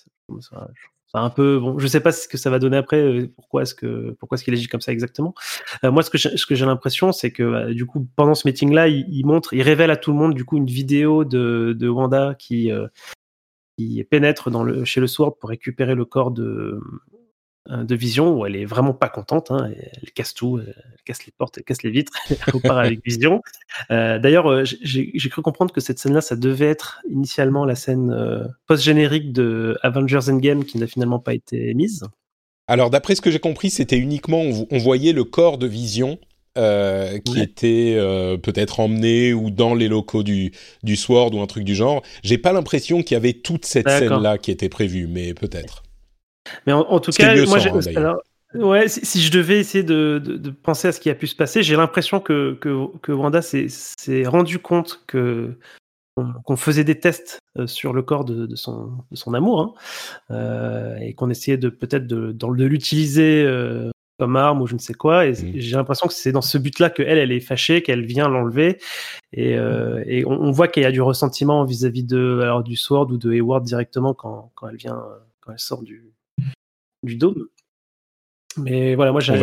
un peu bon. Je sais pas ce que ça va donner après. Pourquoi est-ce qu'il agit comme ça exactement? Moi, ce que j'ai l'impression, c'est que du coup, pendant ce meeting-là, il révèle à tout le monde du coup une vidéo de Wanda qui pénètre chez le Sword pour récupérer le corps de Vision, où elle est vraiment pas contente, hein, elle casse tout, elle casse les portes, elle casse les vitres, elle repart avec Vision. D'ailleurs, j'ai cru comprendre que cette scène-là, ça devait être initialement la scène post-générique de Avengers Endgame qui n'a finalement pas été mise. Alors, d'après ce que j'ai compris, c'était uniquement, on voyait le corps de Vision qui était peut-être emmené ou dans les locaux du Sword ou un truc du genre. J'ai pas l'impression qu'il y avait toute cette scène-là qui était prévue, mais peut-être. Mais en tout cas, moi, si je devais essayer de penser à ce qui a pu se passer, j'ai l'impression que Wanda s'est rendu compte qu'on faisait des tests sur le corps de son amour, hein, et qu'on essayait peut-être de l'utiliser comme arme ou je ne sais quoi, et j'ai l'impression que c'est dans ce but-là qu'elle est fâchée, qu'elle vient l'enlever, et on voit qu'il y a du ressentiment vis-à-vis du Sword ou de Hayward directement quand elle sort du dôme. Mais voilà, moi j'ai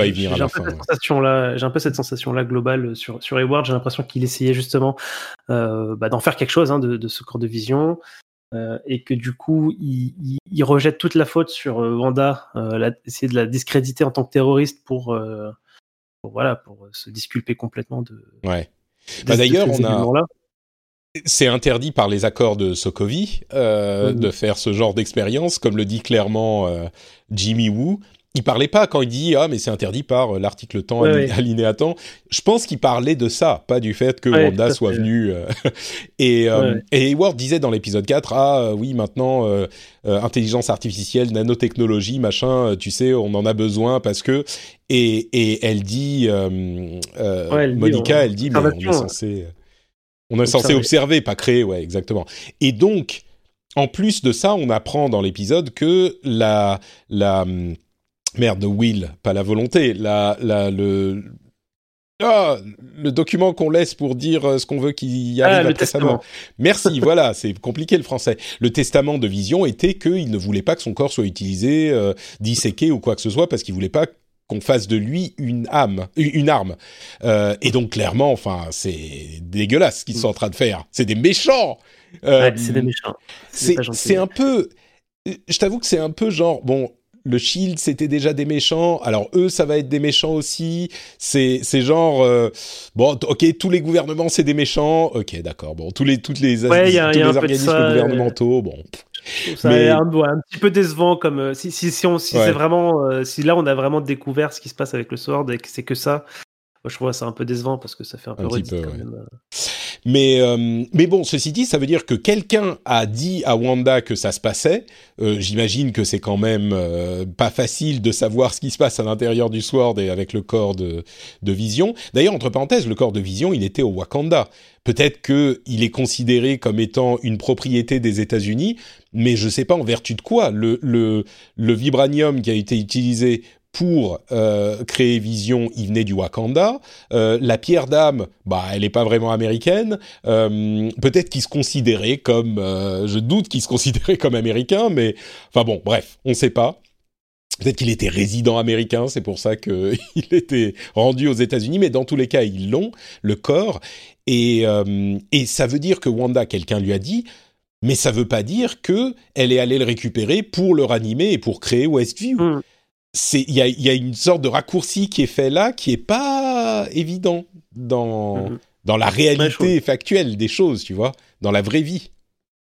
un peu cette sensation-là globale sur Hayward. J'ai l'impression qu'il essayait justement d'en faire quelque chose, hein, de ce corps de Vision, et que du coup il rejette toute la faute sur Wanda, essayer de la discréditer en tant que terroriste pour se disculper complètement de... Ouais. D'ailleurs, c'est interdit par les accords de Sokovie de faire ce genre d'expérience, comme le dit clairement Jimmy Woo. Il parlait pas quand il dit mais c'est interdit par l'article temps alinéa temps. Je pense qu'il parlait de ça, pas du fait que Wanda soit venue. Et Hayward disait dans l'épisode 4 oui, maintenant intelligence artificielle, nanotechnologie, machin, tu sais, on en a besoin parce que et elle dit Monica, elle dit mais on est censé observer, pas créer, exactement. Et donc, en plus de ça, on apprend dans l'épisode que le will, pas la volonté, le document qu'on laisse pour dire ce qu'on veut qu'il y arrive après sa mort. Merci, voilà, c'est compliqué le français. Le testament de Vision était qu'il ne voulait pas que son corps soit utilisé, disséqué ou quoi que ce soit, parce qu'il voulait pas qu'on fasse de lui une arme. Et donc, clairement, enfin, c'est dégueulasse ce qu'ils sont en train de faire. C'est des méchants. C'est des méchants. C'est un peu... Je t'avoue que c'est un peu genre... Bon, le Shield, c'était déjà des méchants. Alors, eux, ça va être des méchants aussi. C'est genre... bon, ok, tous les gouvernements, c'est des méchants. Ok, d'accord. Bon, tous les organismes gouvernementaux, bon... Ça est un petit peu décevant, comme si c'est vraiment si là on a vraiment découvert ce qui se passe avec le Sword et que c'est que ça. Moi, je trouve ça un peu décevant parce que ça fait un peu redite quand même. Mais bon, ceci dit, ça veut dire que quelqu'un a dit à Wanda que ça se passait. J'imagine que c'est quand même pas facile de savoir ce qui se passe à l'intérieur du Sword et avec le corps de Vision. D'ailleurs, entre parenthèses, le corps de Vision, il était au Wakanda. Peut-être qu'il est considéré comme étant une propriété des États-Unis, mais je sais pas en vertu de quoi. Le vibranium qui a été utilisé pour créer Vision, il venait du Wakanda. La pierre d'âme, elle est pas vraiment américaine. Peut-être qu'il se considérait comme, je doute qu'il se considérait comme américain, mais enfin bon, bref, on sait pas. Peut-être qu'il était résident américain, c'est pour ça qu'il était rendu aux États-Unis, mais dans tous les cas, ils l'ont, le corps. Et ça veut dire que Wanda, quelqu'un lui a dit, mais ça veut pas dire que elle est allée le récupérer pour le ranimer et pour créer Westview. Il y a une sorte de raccourci qui est fait là, qui est pas évident dans la réalité factuelle des choses, tu vois, dans la vraie vie.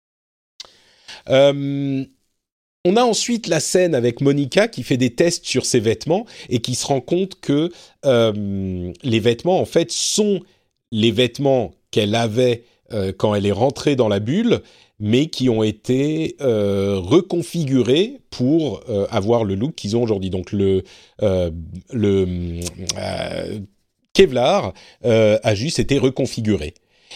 On a ensuite la scène avec Monica qui fait des tests sur ses vêtements et qui se rend compte que les vêtements, en fait, sont les vêtements qu'elle avait quand elle est rentrée dans la bulle, mais qui ont été reconfigurés pour avoir le look qu'ils ont aujourd'hui. Donc le Kevlar a juste été reconfiguré.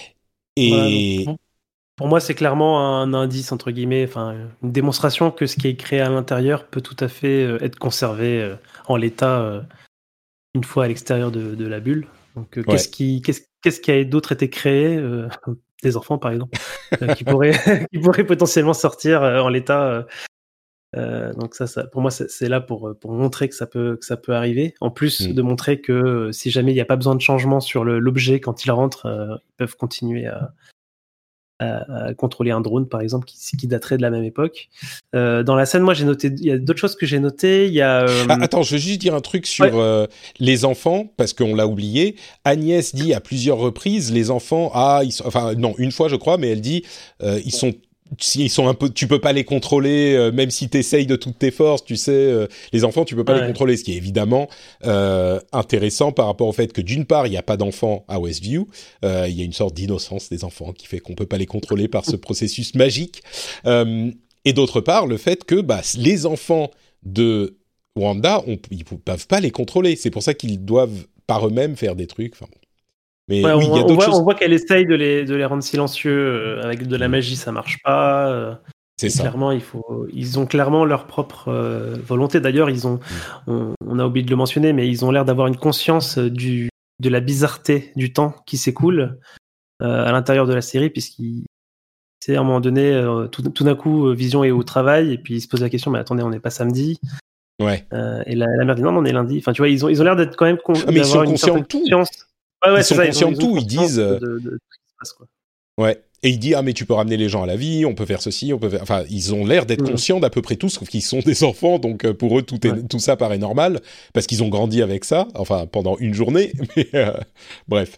Et pour moi, c'est clairement un indice, entre guillemets, enfin, une démonstration que ce qui est créé à l'intérieur peut tout à fait être conservé en l'état une fois à l'extérieur de la bulle. Donc, qu'est-ce qui a d'autre été créé des enfants, par exemple, qui pourraient potentiellement sortir en l'état. Donc ça, pour moi, c'est là pour montrer que ça peut arriver. En plus de montrer que si jamais il n'y a pas besoin de changement sur l'objet quand il rentre, ils peuvent continuer à contrôler un drone, par exemple, qui daterait de la même époque. Dans la scène, moi, j'ai noté, il y a d'autres choses que j'ai notées. Il y a. Attends, je veux juste dire un truc sur les enfants, parce qu'on l'a oublié. Agnès dit à plusieurs reprises, les enfants, une fois, je crois, mais elle dit, ils sont un peu, tu peux pas les contrôler, même si t'essayes de toutes tes forces, tu sais, les enfants, tu peux pas les contrôler, ce qui est évidemment intéressant par rapport au fait que d'une part, il y a pas d'enfants à Westview, il y a une sorte d'innocence des enfants qui fait qu'on peut pas les contrôler par ce processus magique, et d'autre part, le fait que les enfants de Wanda, ils peuvent pas les contrôler, c'est pour ça qu'ils doivent par eux-mêmes faire des trucs, enfin bon. Mais oui, il y a d'autres choses. On voit qu'elle essaye de les rendre silencieux avec de la magie, ça marche pas. C'est ça. Clairement, ils ont clairement leur propre volonté. D'ailleurs, on a oublié de le mentionner, mais ils ont l'air d'avoir une conscience de la bizarreté du temps qui s'écoule à l'intérieur de la série, puisqu'il, à un moment donné, tout d'un coup, Vision est au travail et puis il se pose la question, mais attendez, on n'est pas samedi. Ouais. Et la mère dit non, on est lundi. Enfin, tu vois, ils ont l'air d'être quand même mais ils sont conscients de tout. Conscience. Ils sont conscients de tout, ils disent. De ce qui se passe, quoi. Ouais. Et il dit mais tu peux ramener les gens à la vie, on peut faire ceci, on peut faire. Enfin, ils ont l'air d'être conscients d'à peu près tout, sauf qu'ils sont des enfants, donc pour eux tout ça paraît normal parce qu'ils ont grandi avec ça. Enfin, pendant une journée. Mais bref.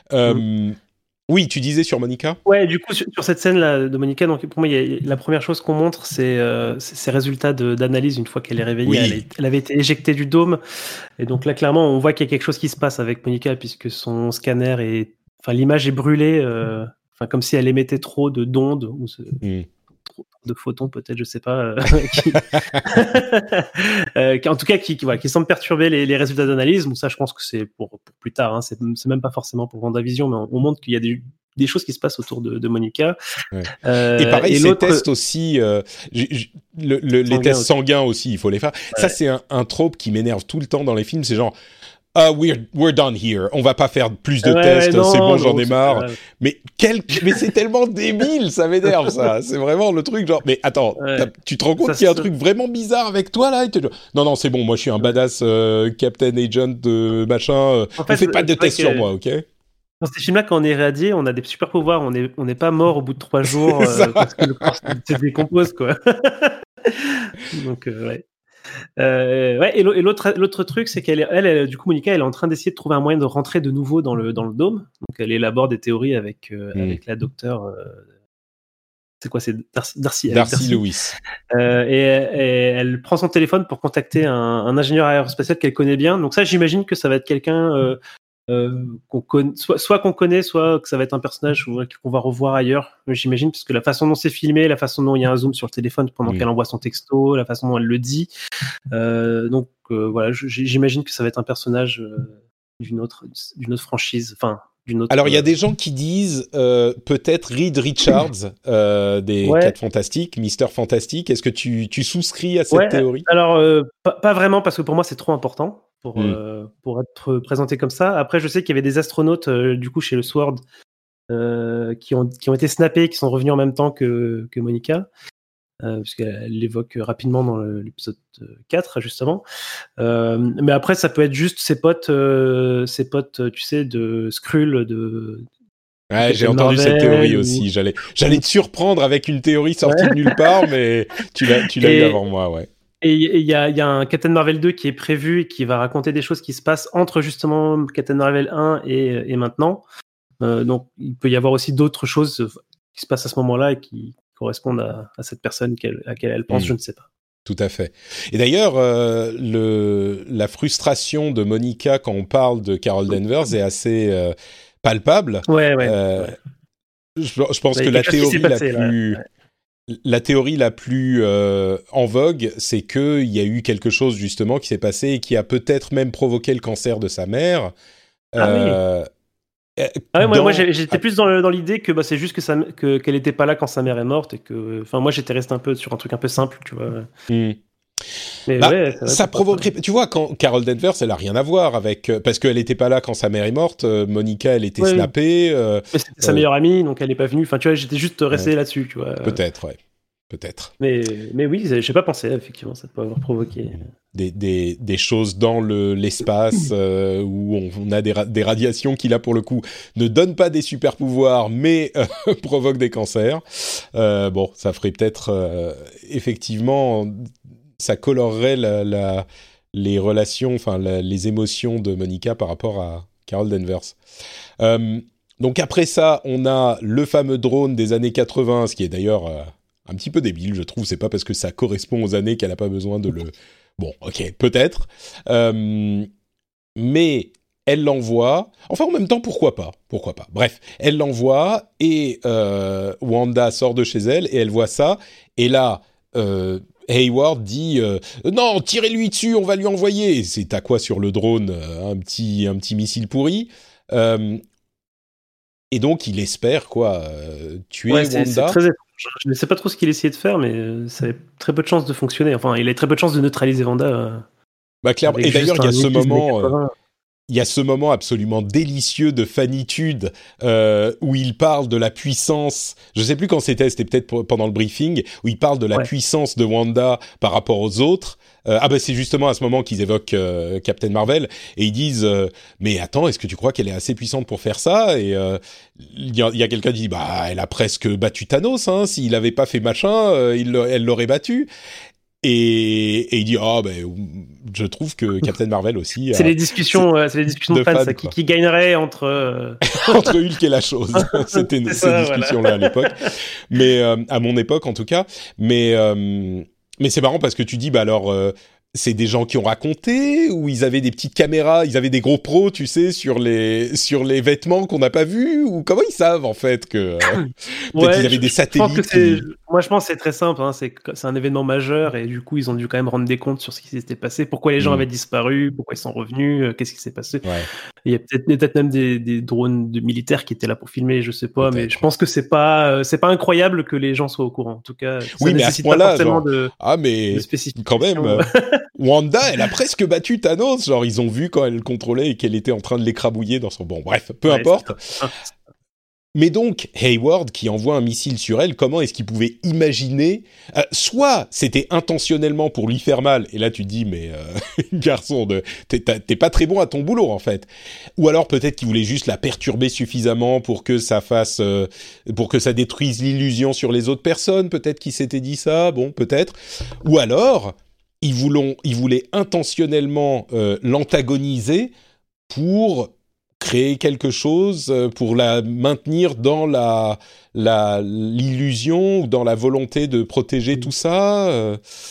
Oui, tu disais sur Monica. Ouais, du coup sur cette scène là de Monica, donc pour moi la première chose qu'on montre, c'est ses résultats d'analyse une fois qu'elle est réveillée. Oui. Elle avait été éjectée du dôme, et donc là clairement on voit qu'il y a quelque chose qui se passe avec Monica puisque son scanner l'image est brûlée, comme si elle émettait trop d'ondes ou trop de photons peut-être, je sais pas, en tout cas qui semble perturber les résultats d'analyse. Bon, ça je pense que c'est pour plus tard, hein. C'est même pas forcément pour WandaVision, mais on montre qu'il y a des choses qui se passent autour de Monica. Ouais. Et pareil, ces tests aussi, les tests sanguins aussi, il faut les faire. Ouais. Ça, c'est un trope qui m'énerve tout le temps dans les films, c'est genre we're done here. On va pas faire plus de tests. Non, c'est bon, j'en ai marre. Mais c'est tellement débile, ça m'énerve ça. C'est vraiment le truc genre. Mais attends, tu te rends compte qu'il y a un truc vraiment bizarre avec toi là? Non, c'est bon. Moi, je suis un badass Captain Agent de machin. En fait, ne fais pas de tests sur moi, ok? Dans ces films-là, quand on est irradié, on a des super pouvoirs. On n'est pas mort au bout de 3 jours parce que le corps se décompose, quoi. Donc ouais. Et l'autre truc, c'est qu'elle, du coup, Monica, elle est en train d'essayer de trouver un moyen de rentrer de nouveau dans le dôme. Donc, elle élabore des théories avec la docteure. C'est quoi, c'est Darcy Lewis. Et elle prend son téléphone pour contacter un ingénieur aérospatial qu'elle connaît bien. Donc ça, j'imagine que ça va être quelqu'un qu'on connaît, soit qu'on connaît, soit que ça va être un personnage qu'on va revoir ailleurs, j'imagine, parce que la façon dont c'est filmé, la façon dont il y a un zoom sur le téléphone pendant qu'elle envoie son texto, la façon dont elle le dit. Donc voilà, j'imagine que ça va être un personnage d'une autre franchise, enfin d'une autre. Alors il y a des gens qui disent peut-être Reed Richards des 4 Fantastiques, Mister Fantastique. Est-ce que tu souscris à cette théorie ? Alors pas vraiment, parce que pour moi c'est trop important pour être présenté comme ça. Après je sais qu'il y avait des astronautes du coup chez le Sword qui ont été snappés, qui sont revenus en même temps que Monica. Puisqu'elle l'évoque rapidement dans l'épisode 4 justement, mais après ça peut être juste ses potes tu sais de Skrull j'ai entendu cette théorie aussi. J'allais te surprendre avec une théorie sortie de nulle part, mais tu l'as eu avant moi, ouais. Et il y a un Captain Marvel 2 qui est prévu et qui va raconter des choses qui se passent entre justement Captain Marvel 1 et maintenant, donc il peut y avoir aussi d'autres choses qui se passent à ce moment-là et qui correspondent à cette personne à laquelle elle pense, je ne sais pas. Tout à fait. Et d'ailleurs, la frustration de Monica quand on parle de Carol Danvers est assez palpable. Ouais. Je pense que la théorie la plus en vogue, c'est qu'il y a eu quelque chose justement qui s'est passé et qui a peut-être même provoqué le cancer de sa mère. Moi j'étais plus dans l'idée que c'est juste qu'elle était pas là quand sa mère est morte et que moi j'étais resté un peu sur un truc un peu simple, tu vois. Mais ça provoquerait, tu vois, quand Carol Danvers, elle a rien à voir avec parce qu'elle était pas là quand sa mère est morte. Monica, elle était snappée. Mais c'était sa meilleure amie, donc elle est pas venue. Enfin, tu vois, j'étais juste resté là-dessus, tu vois. Peut-être. Mais oui, j'ai pas pensé, effectivement, ça peut avoir provoqué. Des choses dans l'espace où on a des radiations qui, là, pour le coup, ne donnent pas des super pouvoirs, mais provoquent des cancers. Ça ferait peut-être, effectivement, ça colorerait les relations, enfin, les émotions de Monica par rapport à Carol Danvers. Donc après ça, on a le fameux drone des années 80, ce qui est d'ailleurs... un petit peu débile, je trouve. C'est pas parce que ça correspond aux années qu'elle a pas besoin de le... Bon, ok, peut-être. Mais elle l'envoie... Enfin, en même temps, pourquoi pas ? Bref, elle l'envoie et Wanda sort de chez elle et elle voit ça. Et là, Hayward dit non, tirez-lui dessus, on va lui envoyer. C'est à quoi sur le drone un petit missile pourri. Et donc, il espère, tuer Wanda. C'est très étrange. Je ne sais pas trop ce qu'il essayait de faire, mais ça a très peu de chances de fonctionner. Enfin, il a très peu de chances de neutraliser Wanda. Clairement. Et d'ailleurs, il y a ce moment absolument délicieux de fanitude où il parle de la puissance. Je ne sais plus quand c'était peut-être pendant le briefing, où il parle de la puissance de Wanda par rapport aux autres. C'est justement à ce moment qu'ils évoquent Captain Marvel et ils disent mais attends, est-ce que tu crois qu'elle est assez puissante pour faire ça? Et il y a quelqu'un qui dit elle a presque battu Thanos, hein, s'il avait pas fait machin, elle l'aurait battu. Et il dit je trouve que Captain Marvel aussi c'est les discussions de fans ça, qui gagnerait entre entre Hulk et la chose. C'était ces discussions là à l'époque, mais à mon époque en tout cas, mais c'est marrant parce que tu dis c'est des gens qui ont raconté, ou ils avaient des petites caméras, ils avaient des gros pros, tu sais, sur les vêtements qu'on n'a pas vus, ou comment ils savent en fait que peut-être qu'ils avaient des satellites. Moi je pense que c'est très simple, hein, c'est un événement majeur et du coup ils ont dû quand même rendre des comptes sur ce qui s'était passé, pourquoi les gens avaient disparu, pourquoi ils sont revenus, qu'est-ce qui s'est passé. Il y a peut-être même des drones de militaires qui étaient là pour filmer, je sais pas, mais je pense que c'est pas incroyable que les gens soient au courant. En tout cas, ça mais à ce point-là, de quand même. Wanda, elle a presque battu Thanos. Genre, ils ont vu quand elle le contrôlait et qu'elle était en train de l'écrabouiller dans son... Bon, bref, peu importe. Mais donc, Hayward, qui envoie un missile sur elle, comment est-ce qu'il pouvait imaginer... soit c'était intentionnellement pour lui faire mal, et là tu te dis, mais garçon, t'es pas très bon à ton boulot, en fait. Ou alors peut-être qu'il voulait juste la perturber suffisamment pour que ça fasse... pour que ça détruise l'illusion sur les autres personnes. Peut-être qu'il s'était dit ça, bon, peut-être. Ou alors... Ils voulaient intentionnellement l'antagoniser pour créer quelque chose, pour la maintenir dans l'illusion ou dans la volonté de protéger tout ça.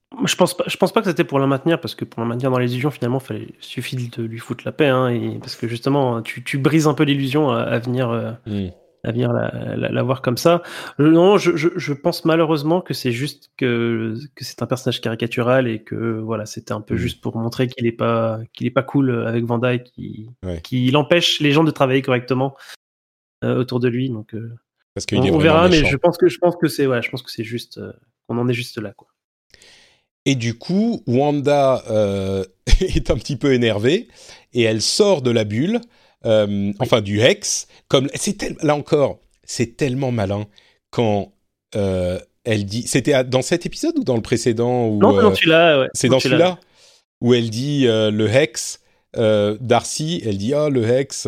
Je pense pas que c'était pour la maintenir, parce que pour la maintenir dans l'illusion, finalement, suffit de lui foutre la paix, hein, parce que justement, tu brises un peu l'illusion à venir, à venir la voir comme ça. Non, je pense malheureusement que c'est juste que c'est un personnage caricatural et que voilà, c'était un peu juste pour montrer qu'il est pas cool avec Vanda et qu'il empêche les gens de travailler correctement autour de lui. Donc, Parce qu'il on verra, mais je pense que c'est juste qu'on en est juste là, quoi. Et du coup, Wanda est un petit peu énervée et elle sort de la bulle, enfin du Hex. Là encore, c'est tellement malin quand elle dit. C'était dans cet épisode ou dans le précédent Non, dans celui-là. Ouais. C'est dans celui-là où elle dit le Hex. Darcy, elle dit le Hex,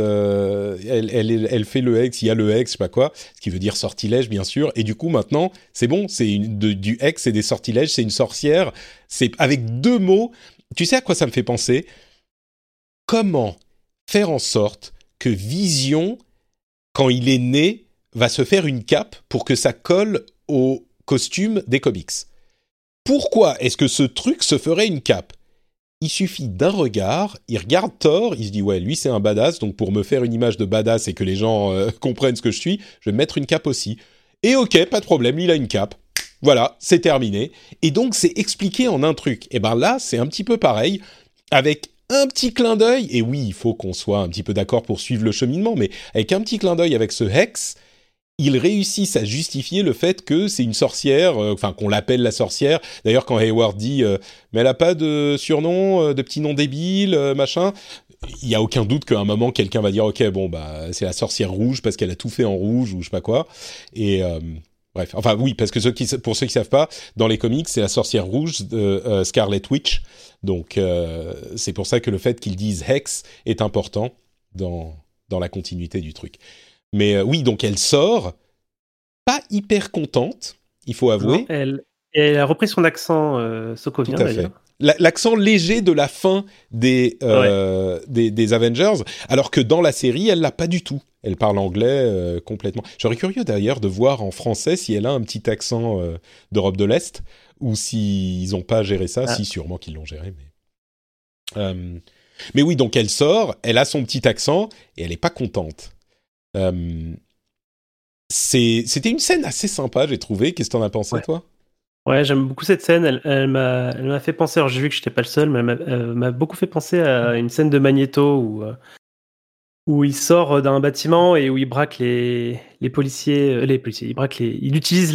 elle fait le Hex, il y a le Hex, je sais pas quoi, ce qui veut dire sortilège bien sûr. Et du coup maintenant c'est bon, c'est du Hex, c'est des sortilèges, c'est une sorcière. C'est avec 2 mots. Tu sais à quoi ça me fait penser? Comment faire en sorte que Vision, quand il est né, va se faire une cape pour que ça colle au costume des comics? Pourquoi est-ce que ce truc se ferait une cape? Il suffit d'un regard, il regarde Thor, il se dit ouais, lui c'est un badass, donc pour me faire une image de badass et que les gens comprennent ce que je suis, je vais mettre une cape aussi. Et ok, pas de problème, il a une cape. Voilà, c'est terminé. Et donc c'est expliqué en un truc. Et ben là, c'est un petit peu pareil, avec un petit clin d'œil, et oui, il faut qu'on soit un petit peu d'accord pour suivre le cheminement, mais avec un petit clin d'œil avec ce Hex, ils réussissent à justifier le fait que c'est une sorcière, qu'on l'appelle la sorcière. D'ailleurs, quand Hayward dit mais elle a pas de surnom, de petit nom débile, machin, il y a aucun doute qu'à un moment quelqu'un va dire ok, bon bah c'est la sorcière rouge parce qu'elle a tout fait en rouge ou je sais pas quoi. Et bref, enfin oui, parce que pour ceux qui savent pas, dans les comics, c'est la sorcière rouge, Scarlet Witch. Donc c'est pour ça que le fait qu'ils disent Hex est important dans la continuité du truc. Mais oui, donc elle sort, pas hyper contente, il faut avouer. Non, elle a repris son accent sokovien, tout à fait. d'ailleurs. L'accent léger de la fin des Avengers, alors que dans la série, elle l'a pas du tout. Elle parle anglais complètement. J'aurais curieux d'ailleurs de voir en français si elle a un petit accent d'Europe de l'Est, ou s'ils n'ont pas géré ça. Si, sûrement qu'ils l'ont géré. Mais oui, donc elle sort, elle a son petit accent, et elle n'est pas contente. C'était une scène assez sympa, j'ai trouvé. Qu'est-ce que t'en as pensé, toi? Ouais, j'aime beaucoup cette scène. Elle m'a fait penser. Alors j'ai vu que j'étais pas le seul, mais elle m'a beaucoup fait penser à une scène de Magneto où il sort d'un bâtiment et où il braque les policiers. Il utilise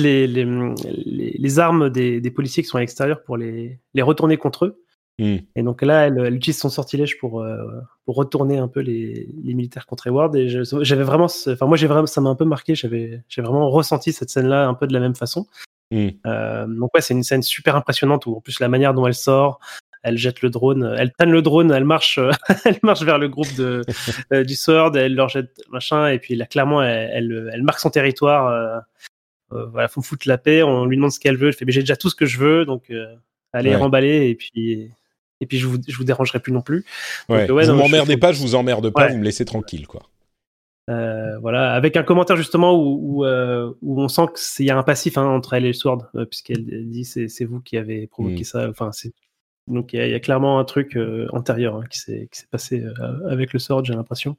les armes des policiers qui sont à l'extérieur pour les retourner contre eux. Et donc là, elle utilise son sortilège pour retourner un peu les militaires contre Hayward. Et j'avais vraiment, ça m'a un peu marqué. J'ai vraiment ressenti cette scène-là un peu de la même façon. Donc ouais, c'est une scène super impressionnante où en plus la manière dont elle sort, elle jette le drone, elle tanne le drone, elle marche vers le groupe du Sword, elle leur jette machin, et puis là clairement elle marque son territoire. Voilà, faut me foutre la paix. On lui demande ce qu'elle veut, elle fait mais j'ai déjà tout ce que je veux, donc allez remballer et puis je vous dérangerai plus non plus. Ouais. Donc, vous m'emmerdez pas, je vous emmerde pas, vous me laissez tranquille, quoi. Voilà, avec un commentaire justement où on sent qu'il y a un passif entre elle et le Sword, puisqu'elle dit c'est vous qui avez provoqué ça. Enfin, donc il y a clairement un truc antérieur qui s'est passé avec le Sword, j'ai l'impression.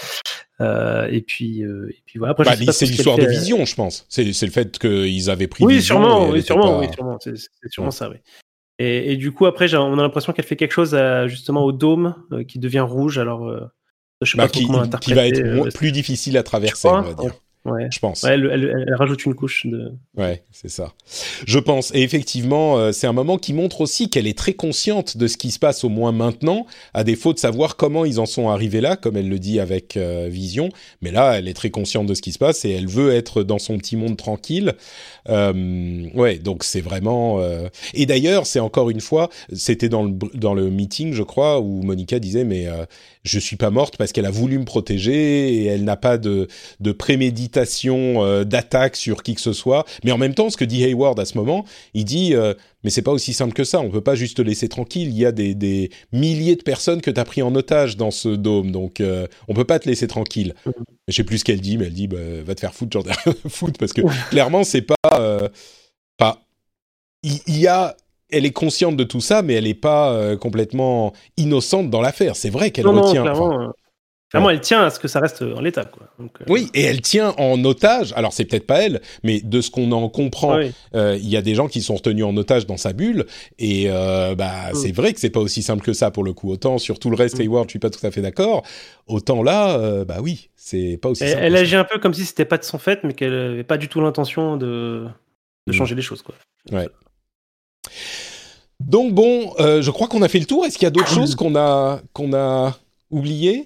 Et puis voilà. Après, c'est l'histoire de Vision, je pense. C'est le fait qu'ils avaient pris. Oui, Vision. sûrement. C'est sûrement ça, oui. Et du coup, après, on a l'impression qu'elle fait quelque chose justement au dôme qui devient rouge. Alors, je sais pas comment l'interpréter. Qui va être plus difficile à traverser, on va dire. Ouais. Je pense. Ouais, elle rajoute une couche de. Ouais, c'est ça. Je pense. Et effectivement, c'est un moment qui montre aussi qu'elle est très consciente de ce qui se passe, au moins maintenant, à défaut de savoir comment ils en sont arrivés là, comme elle le dit avec Vision. Mais là, elle est très consciente de ce qui se passe et elle veut être dans son petit monde tranquille. Ouais, donc c'est vraiment. Et d'ailleurs, c'est encore une fois, c'était dans le meeting, je crois, où Monica disait, mais je suis pas morte parce qu'elle a voulu me protéger et elle n'a pas de préméditation d'attaque sur qui que ce soit. Mais en même temps, ce que dit Hayward à ce moment, il dit mais c'est pas aussi simple que ça, on peut pas juste te laisser tranquille, il y a des milliers de personnes que t'as pris en otage dans ce dôme, donc on peut pas te laisser tranquille. Je sais plus ce qu'elle dit, mais elle dit va te faire foutre, j'en ai rien à foutre, parce que clairement c'est pas il y a elle est consciente de tout ça, mais elle n'est pas complètement innocente dans l'affaire. C'est vrai qu'elle Non, retient. Clairement, elle tient à ce que ça reste en l'état, quoi. Donc, Oui, et elle tient en otage. Alors, c'est peut-être pas elle, mais de ce qu'on en comprend, il y a des gens qui sont retenus en otage dans sa bulle. Et c'est vrai que c'est pas aussi simple que ça pour le coup. Autant sur tout le reste, Hayward, je suis pas tout à fait d'accord. Autant là, oui, c'est pas aussi simple. Elle agit un peu comme si c'était pas de son fait, mais qu'elle avait pas du tout l'intention de changer les choses, quoi. Ouais. Donc bon, je crois qu'on a fait le tour. Est-ce qu'il y a d'autres choses qu'on a oubliées ?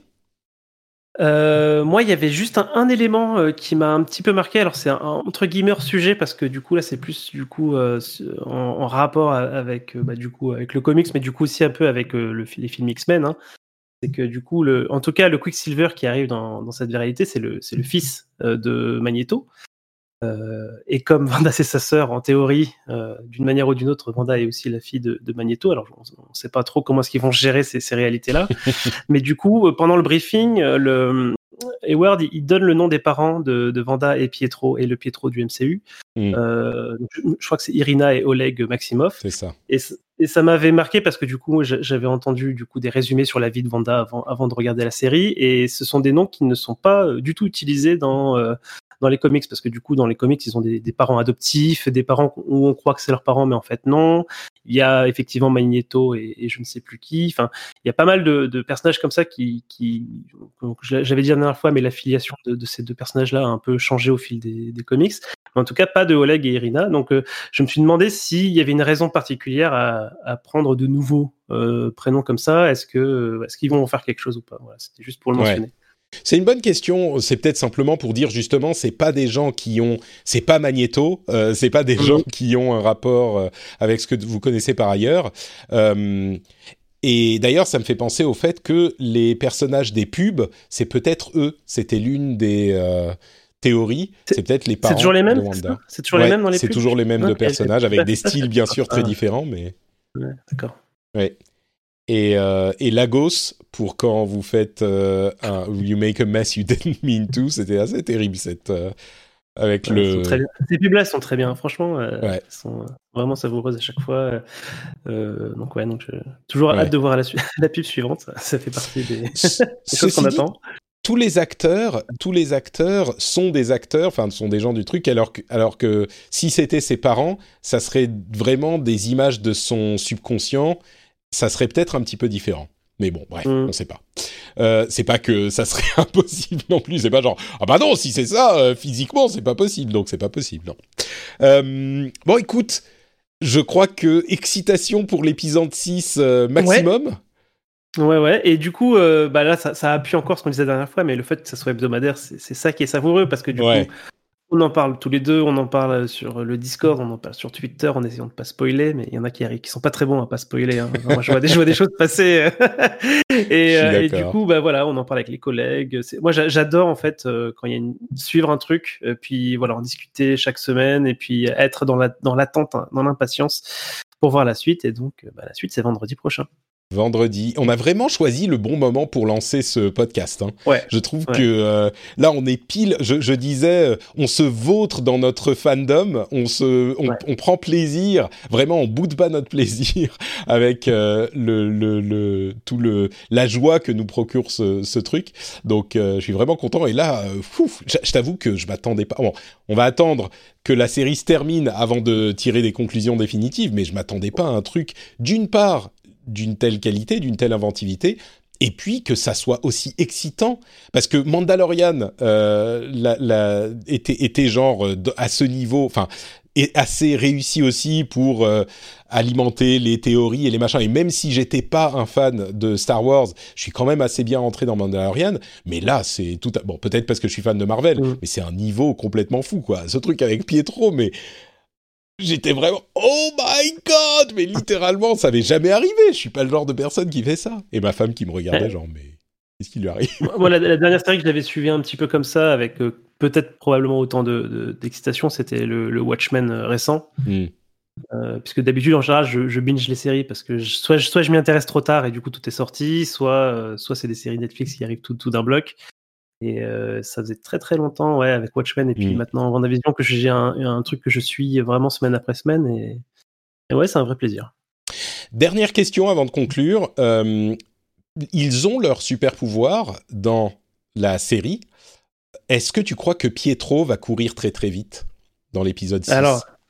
Moi, il y avait juste un élément qui m'a un petit peu marqué. Alors, c'est un entre guillemets sujet parce que du coup, là, c'est plus du coup en rapport avec avec le comics, mais du coup aussi un peu avec les films X-Men. Hein. C'est que du coup, en tout cas, le Quicksilver qui arrive dans cette réalité, c'est le fils de Magneto. Et comme Wanda c'est sa sœur, en théorie, d'une manière ou d'une autre, Wanda est aussi la fille de Magneto. Alors, on ne sait pas trop comment est-ce qu'ils vont gérer ces réalités-là. Mais du coup, pendant le briefing, Hayward, il donne le nom des parents de Wanda et Pietro, et le Pietro du MCU. Je crois que c'est Irina et Oleg Maximoff. C'est ça. Et ça m'avait marqué parce que du coup, j'avais entendu du coup des résumés sur la vie de Wanda avant de regarder la série. Et ce sont des noms qui ne sont pas du tout utilisés dans les comics, parce que du coup, dans les comics, ils ont des parents adoptifs, des parents où on croit que c'est leurs parents, mais en fait, non. Il y a effectivement Magneto et je ne sais plus qui. Enfin, il y a pas mal de personnages comme ça qui j'avais dit la dernière fois, mais l'affiliation de ces deux personnages-là a un peu changé au fil des comics. Mais en tout cas, pas de Oleg et Irina. Donc, je me suis demandé s'il y avait une raison particulière à prendre de nouveaux prénoms comme ça. Est-ce qu'ils vont en faire quelque chose ou pas? Voilà, c'était juste pour le mentionner. C'est une bonne question. C'est peut-être simplement pour dire justement, c'est pas des gens c'est pas Magneto, c'est pas des gens qui ont un rapport avec ce que vous connaissez par ailleurs. Et d'ailleurs, ça me fait penser au fait que les personnages des pubs, c'est peut-être eux. C'était l'une des théories. C'est peut-être les parents. C'est toujours les mêmes. De Wanda. C'est toujours les mêmes dans les pubs. C'est toujours les mêmes de personnages, avec des styles bien sûr très différents, mais. Ouais, d'accord. Ouais. Et Lagos, pour quand vous faites You make a mess you didn't mean to, c'était assez terrible avec le. Ces pubs-là sont très bien, franchement, elles sont vraiment savoureuses à chaque fois. Donc j'ai toujours hâte de voir la pub suivante. Ça fait partie des choses qu'on attend. Tous les acteurs sont des acteurs, enfin sont des gens du truc, alors que si c'était ses parents, ça serait vraiment des images de son subconscient. Ça serait peut-être un petit peu différent. Mais bon, bref, on sait pas. C'est pas que ça serait impossible non plus. C'est pas genre, ah bah non, si c'est ça, physiquement, c'est pas possible. Donc c'est pas possible, non. Bon, écoute, je crois que excitation pour l'épisode 6 maximum. Ouais. Et du coup, là, ça appuie encore ce qu'on disait la dernière fois, mais le fait que ça soit hebdomadaire, c'est ça qui est savoureux, parce que du coup, on en parle tous les deux, on en parle sur le Discord, on en parle sur Twitter en essayant de pas spoiler, mais il y en a qui sont pas très bons à pas spoiler. Hein. Moi, je vois des choses passer. Et du coup, voilà, on en parle avec les collègues. Moi, j'adore en fait quand il y a suivre un truc, puis voilà, en discuter chaque semaine, et puis être dans l'attente, dans l'impatience pour voir la suite. Et donc, la suite, c'est vendredi prochain. Vendredi. On a vraiment choisi le bon moment pour lancer ce podcast. Hein. Ouais. Je trouve que là, on est pile. Je disais, on se vautre dans notre fandom. On prend plaisir. Vraiment, on boude pas notre plaisir avec la joie que nous procure ce truc. Donc, je suis vraiment content. Et là, je t'avoue que je m'attendais pas. Bon, on va attendre que la série se termine avant de tirer des conclusions définitives. Mais je m'attendais pas à un truc d'une part d'une telle qualité, d'une telle inventivité, et puis que ça soit aussi excitant, parce que Mandalorian était genre à ce niveau, enfin, est assez réussi aussi pour alimenter les théories et les machins, et même si j'étais pas un fan de Star Wars, je suis quand même assez bien rentré dans Mandalorian, mais là, c'est tout... Bon, peut-être parce que je suis fan de Marvel, mais c'est un niveau complètement fou, quoi. Ce truc avec Pietro, mais... J'étais vraiment, oh my god, mais littéralement, ça m'est jamais arrivé. Je suis pas le genre de personne qui fait ça. Et ma femme qui me regardait, genre, mais qu'est-ce qui lui arrive? Moi, la dernière série que j'avais suivie un petit peu comme ça, avec peut-être probablement autant d'excitation, c'était le Watchmen récent. Puisque d'habitude, en général, je binge les séries parce que soit je m'y intéresse trop tard et du coup tout est sorti, soit c'est des séries Netflix qui arrivent tout d'un bloc. Et ça faisait très très longtemps, avec Watchmen, et puis maintenant WandaVision, que j'ai un truc que je suis vraiment semaine après semaine, Et ouais, c'est un vrai plaisir. Dernière question avant de conclure. Ils ont leur super pouvoir dans la série. Est-ce que tu crois que Pietro va courir très très vite dans l'épisode 6 ?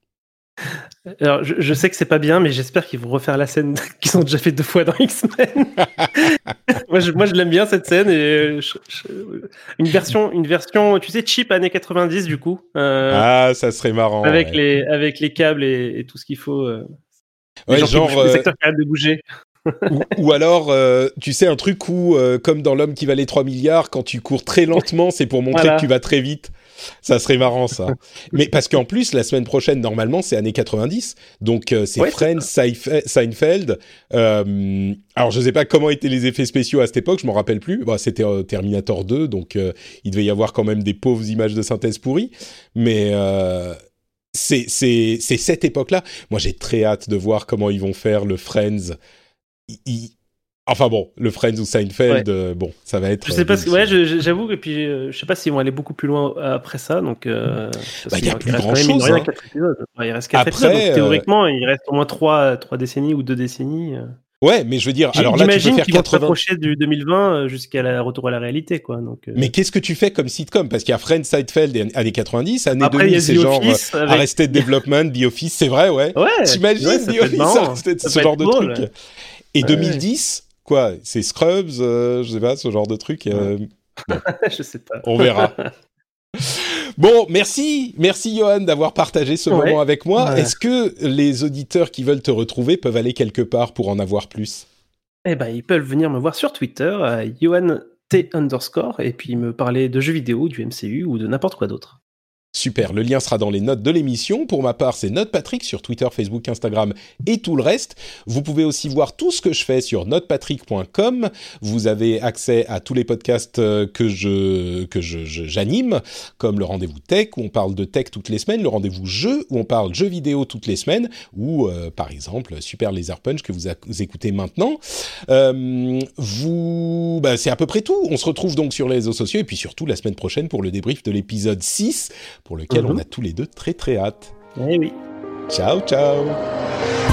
Alors je sais que c'est pas bien, mais j'espère qu'ils vont refaire la scène qu'ils ont déjà fait 2 fois dans X-Men. moi je l'aime bien cette scène et une version, tu sais, cheap années 90 du coup. Ça serait marrant. Avec les câbles et tout ce qu'il faut. Ouais, genre les acteurs capables de bouger. ou alors, tu sais, un truc où, comme dans L'Homme qui valait 3 milliards, quand tu cours très lentement, c'est pour montrer que tu vas très vite. Ça serait marrant, ça. Mais parce qu'en plus, la semaine prochaine, normalement, c'est années 90. Donc, c'est Friends, Seinfeld. Alors, je sais pas comment étaient les effets spéciaux à cette époque, je m'en rappelle plus. Bon, c'était Terminator 2, donc il devait y avoir quand même des pauvres images de synthèse pourries. Mais... c'est cette époque-là. Moi, j'ai très hâte de voir comment ils vont faire le Friends. Enfin bon, le Friends ou Seinfeld, bon, ça va être... Je sais pas, j'avoue, et puis je sais pas s'ils vont aller beaucoup plus loin après ça, donc... il y a plus grand-chose, hein. Il reste 4 épisodes, donc théoriquement, il reste au moins 3 décennies ou 2 décennies. Ouais, mais je veux dire, alors là, tu peux faire 80... qu'ils vont s'approcher du 2020 jusqu'à la retour à la réalité, quoi. Donc, Mais qu'est-ce que tu fais comme sitcom ? Parce qu'il y a Friends, Seinfeld et années 90, années 2000, c'est genre Arrested Development, The Office, c'est vrai, ouais. T'imagines The Office, Arrested, ce genre de truc. Et 2010, quoi, c'est Scrubs, je sais pas, ce genre de truc. Bon. Je sais pas. On verra. Bon, merci Johan d'avoir partagé ce moment avec moi. Est-ce que les auditeurs qui veulent te retrouver peuvent aller quelque part pour en avoir plus ? Eh ben, ils peuvent venir me voir sur Twitter, JohanT_, et puis me parler de jeux vidéo, du MCU ou de n'importe quoi d'autre. Super, le lien sera dans les notes de l'émission. Pour ma part, c'est NotePatrick sur Twitter, Facebook, Instagram et tout le reste. Vous pouvez aussi voir tout ce que je fais sur notepatrick.com. Vous avez accès à tous les podcasts que j'anime, comme le Rendez-vous Tech, où on parle de tech toutes les semaines, le Rendez-vous Jeu, où on parle jeux vidéo toutes les semaines, ou par exemple Super Laser Punch que vous écoutez maintenant. C'est à peu près tout. On se retrouve donc sur les réseaux sociaux et puis surtout la semaine prochaine pour le débrief de l'épisode 6, pour lequel on a tous les deux très très hâte. Eh oui. Ciao, ciao.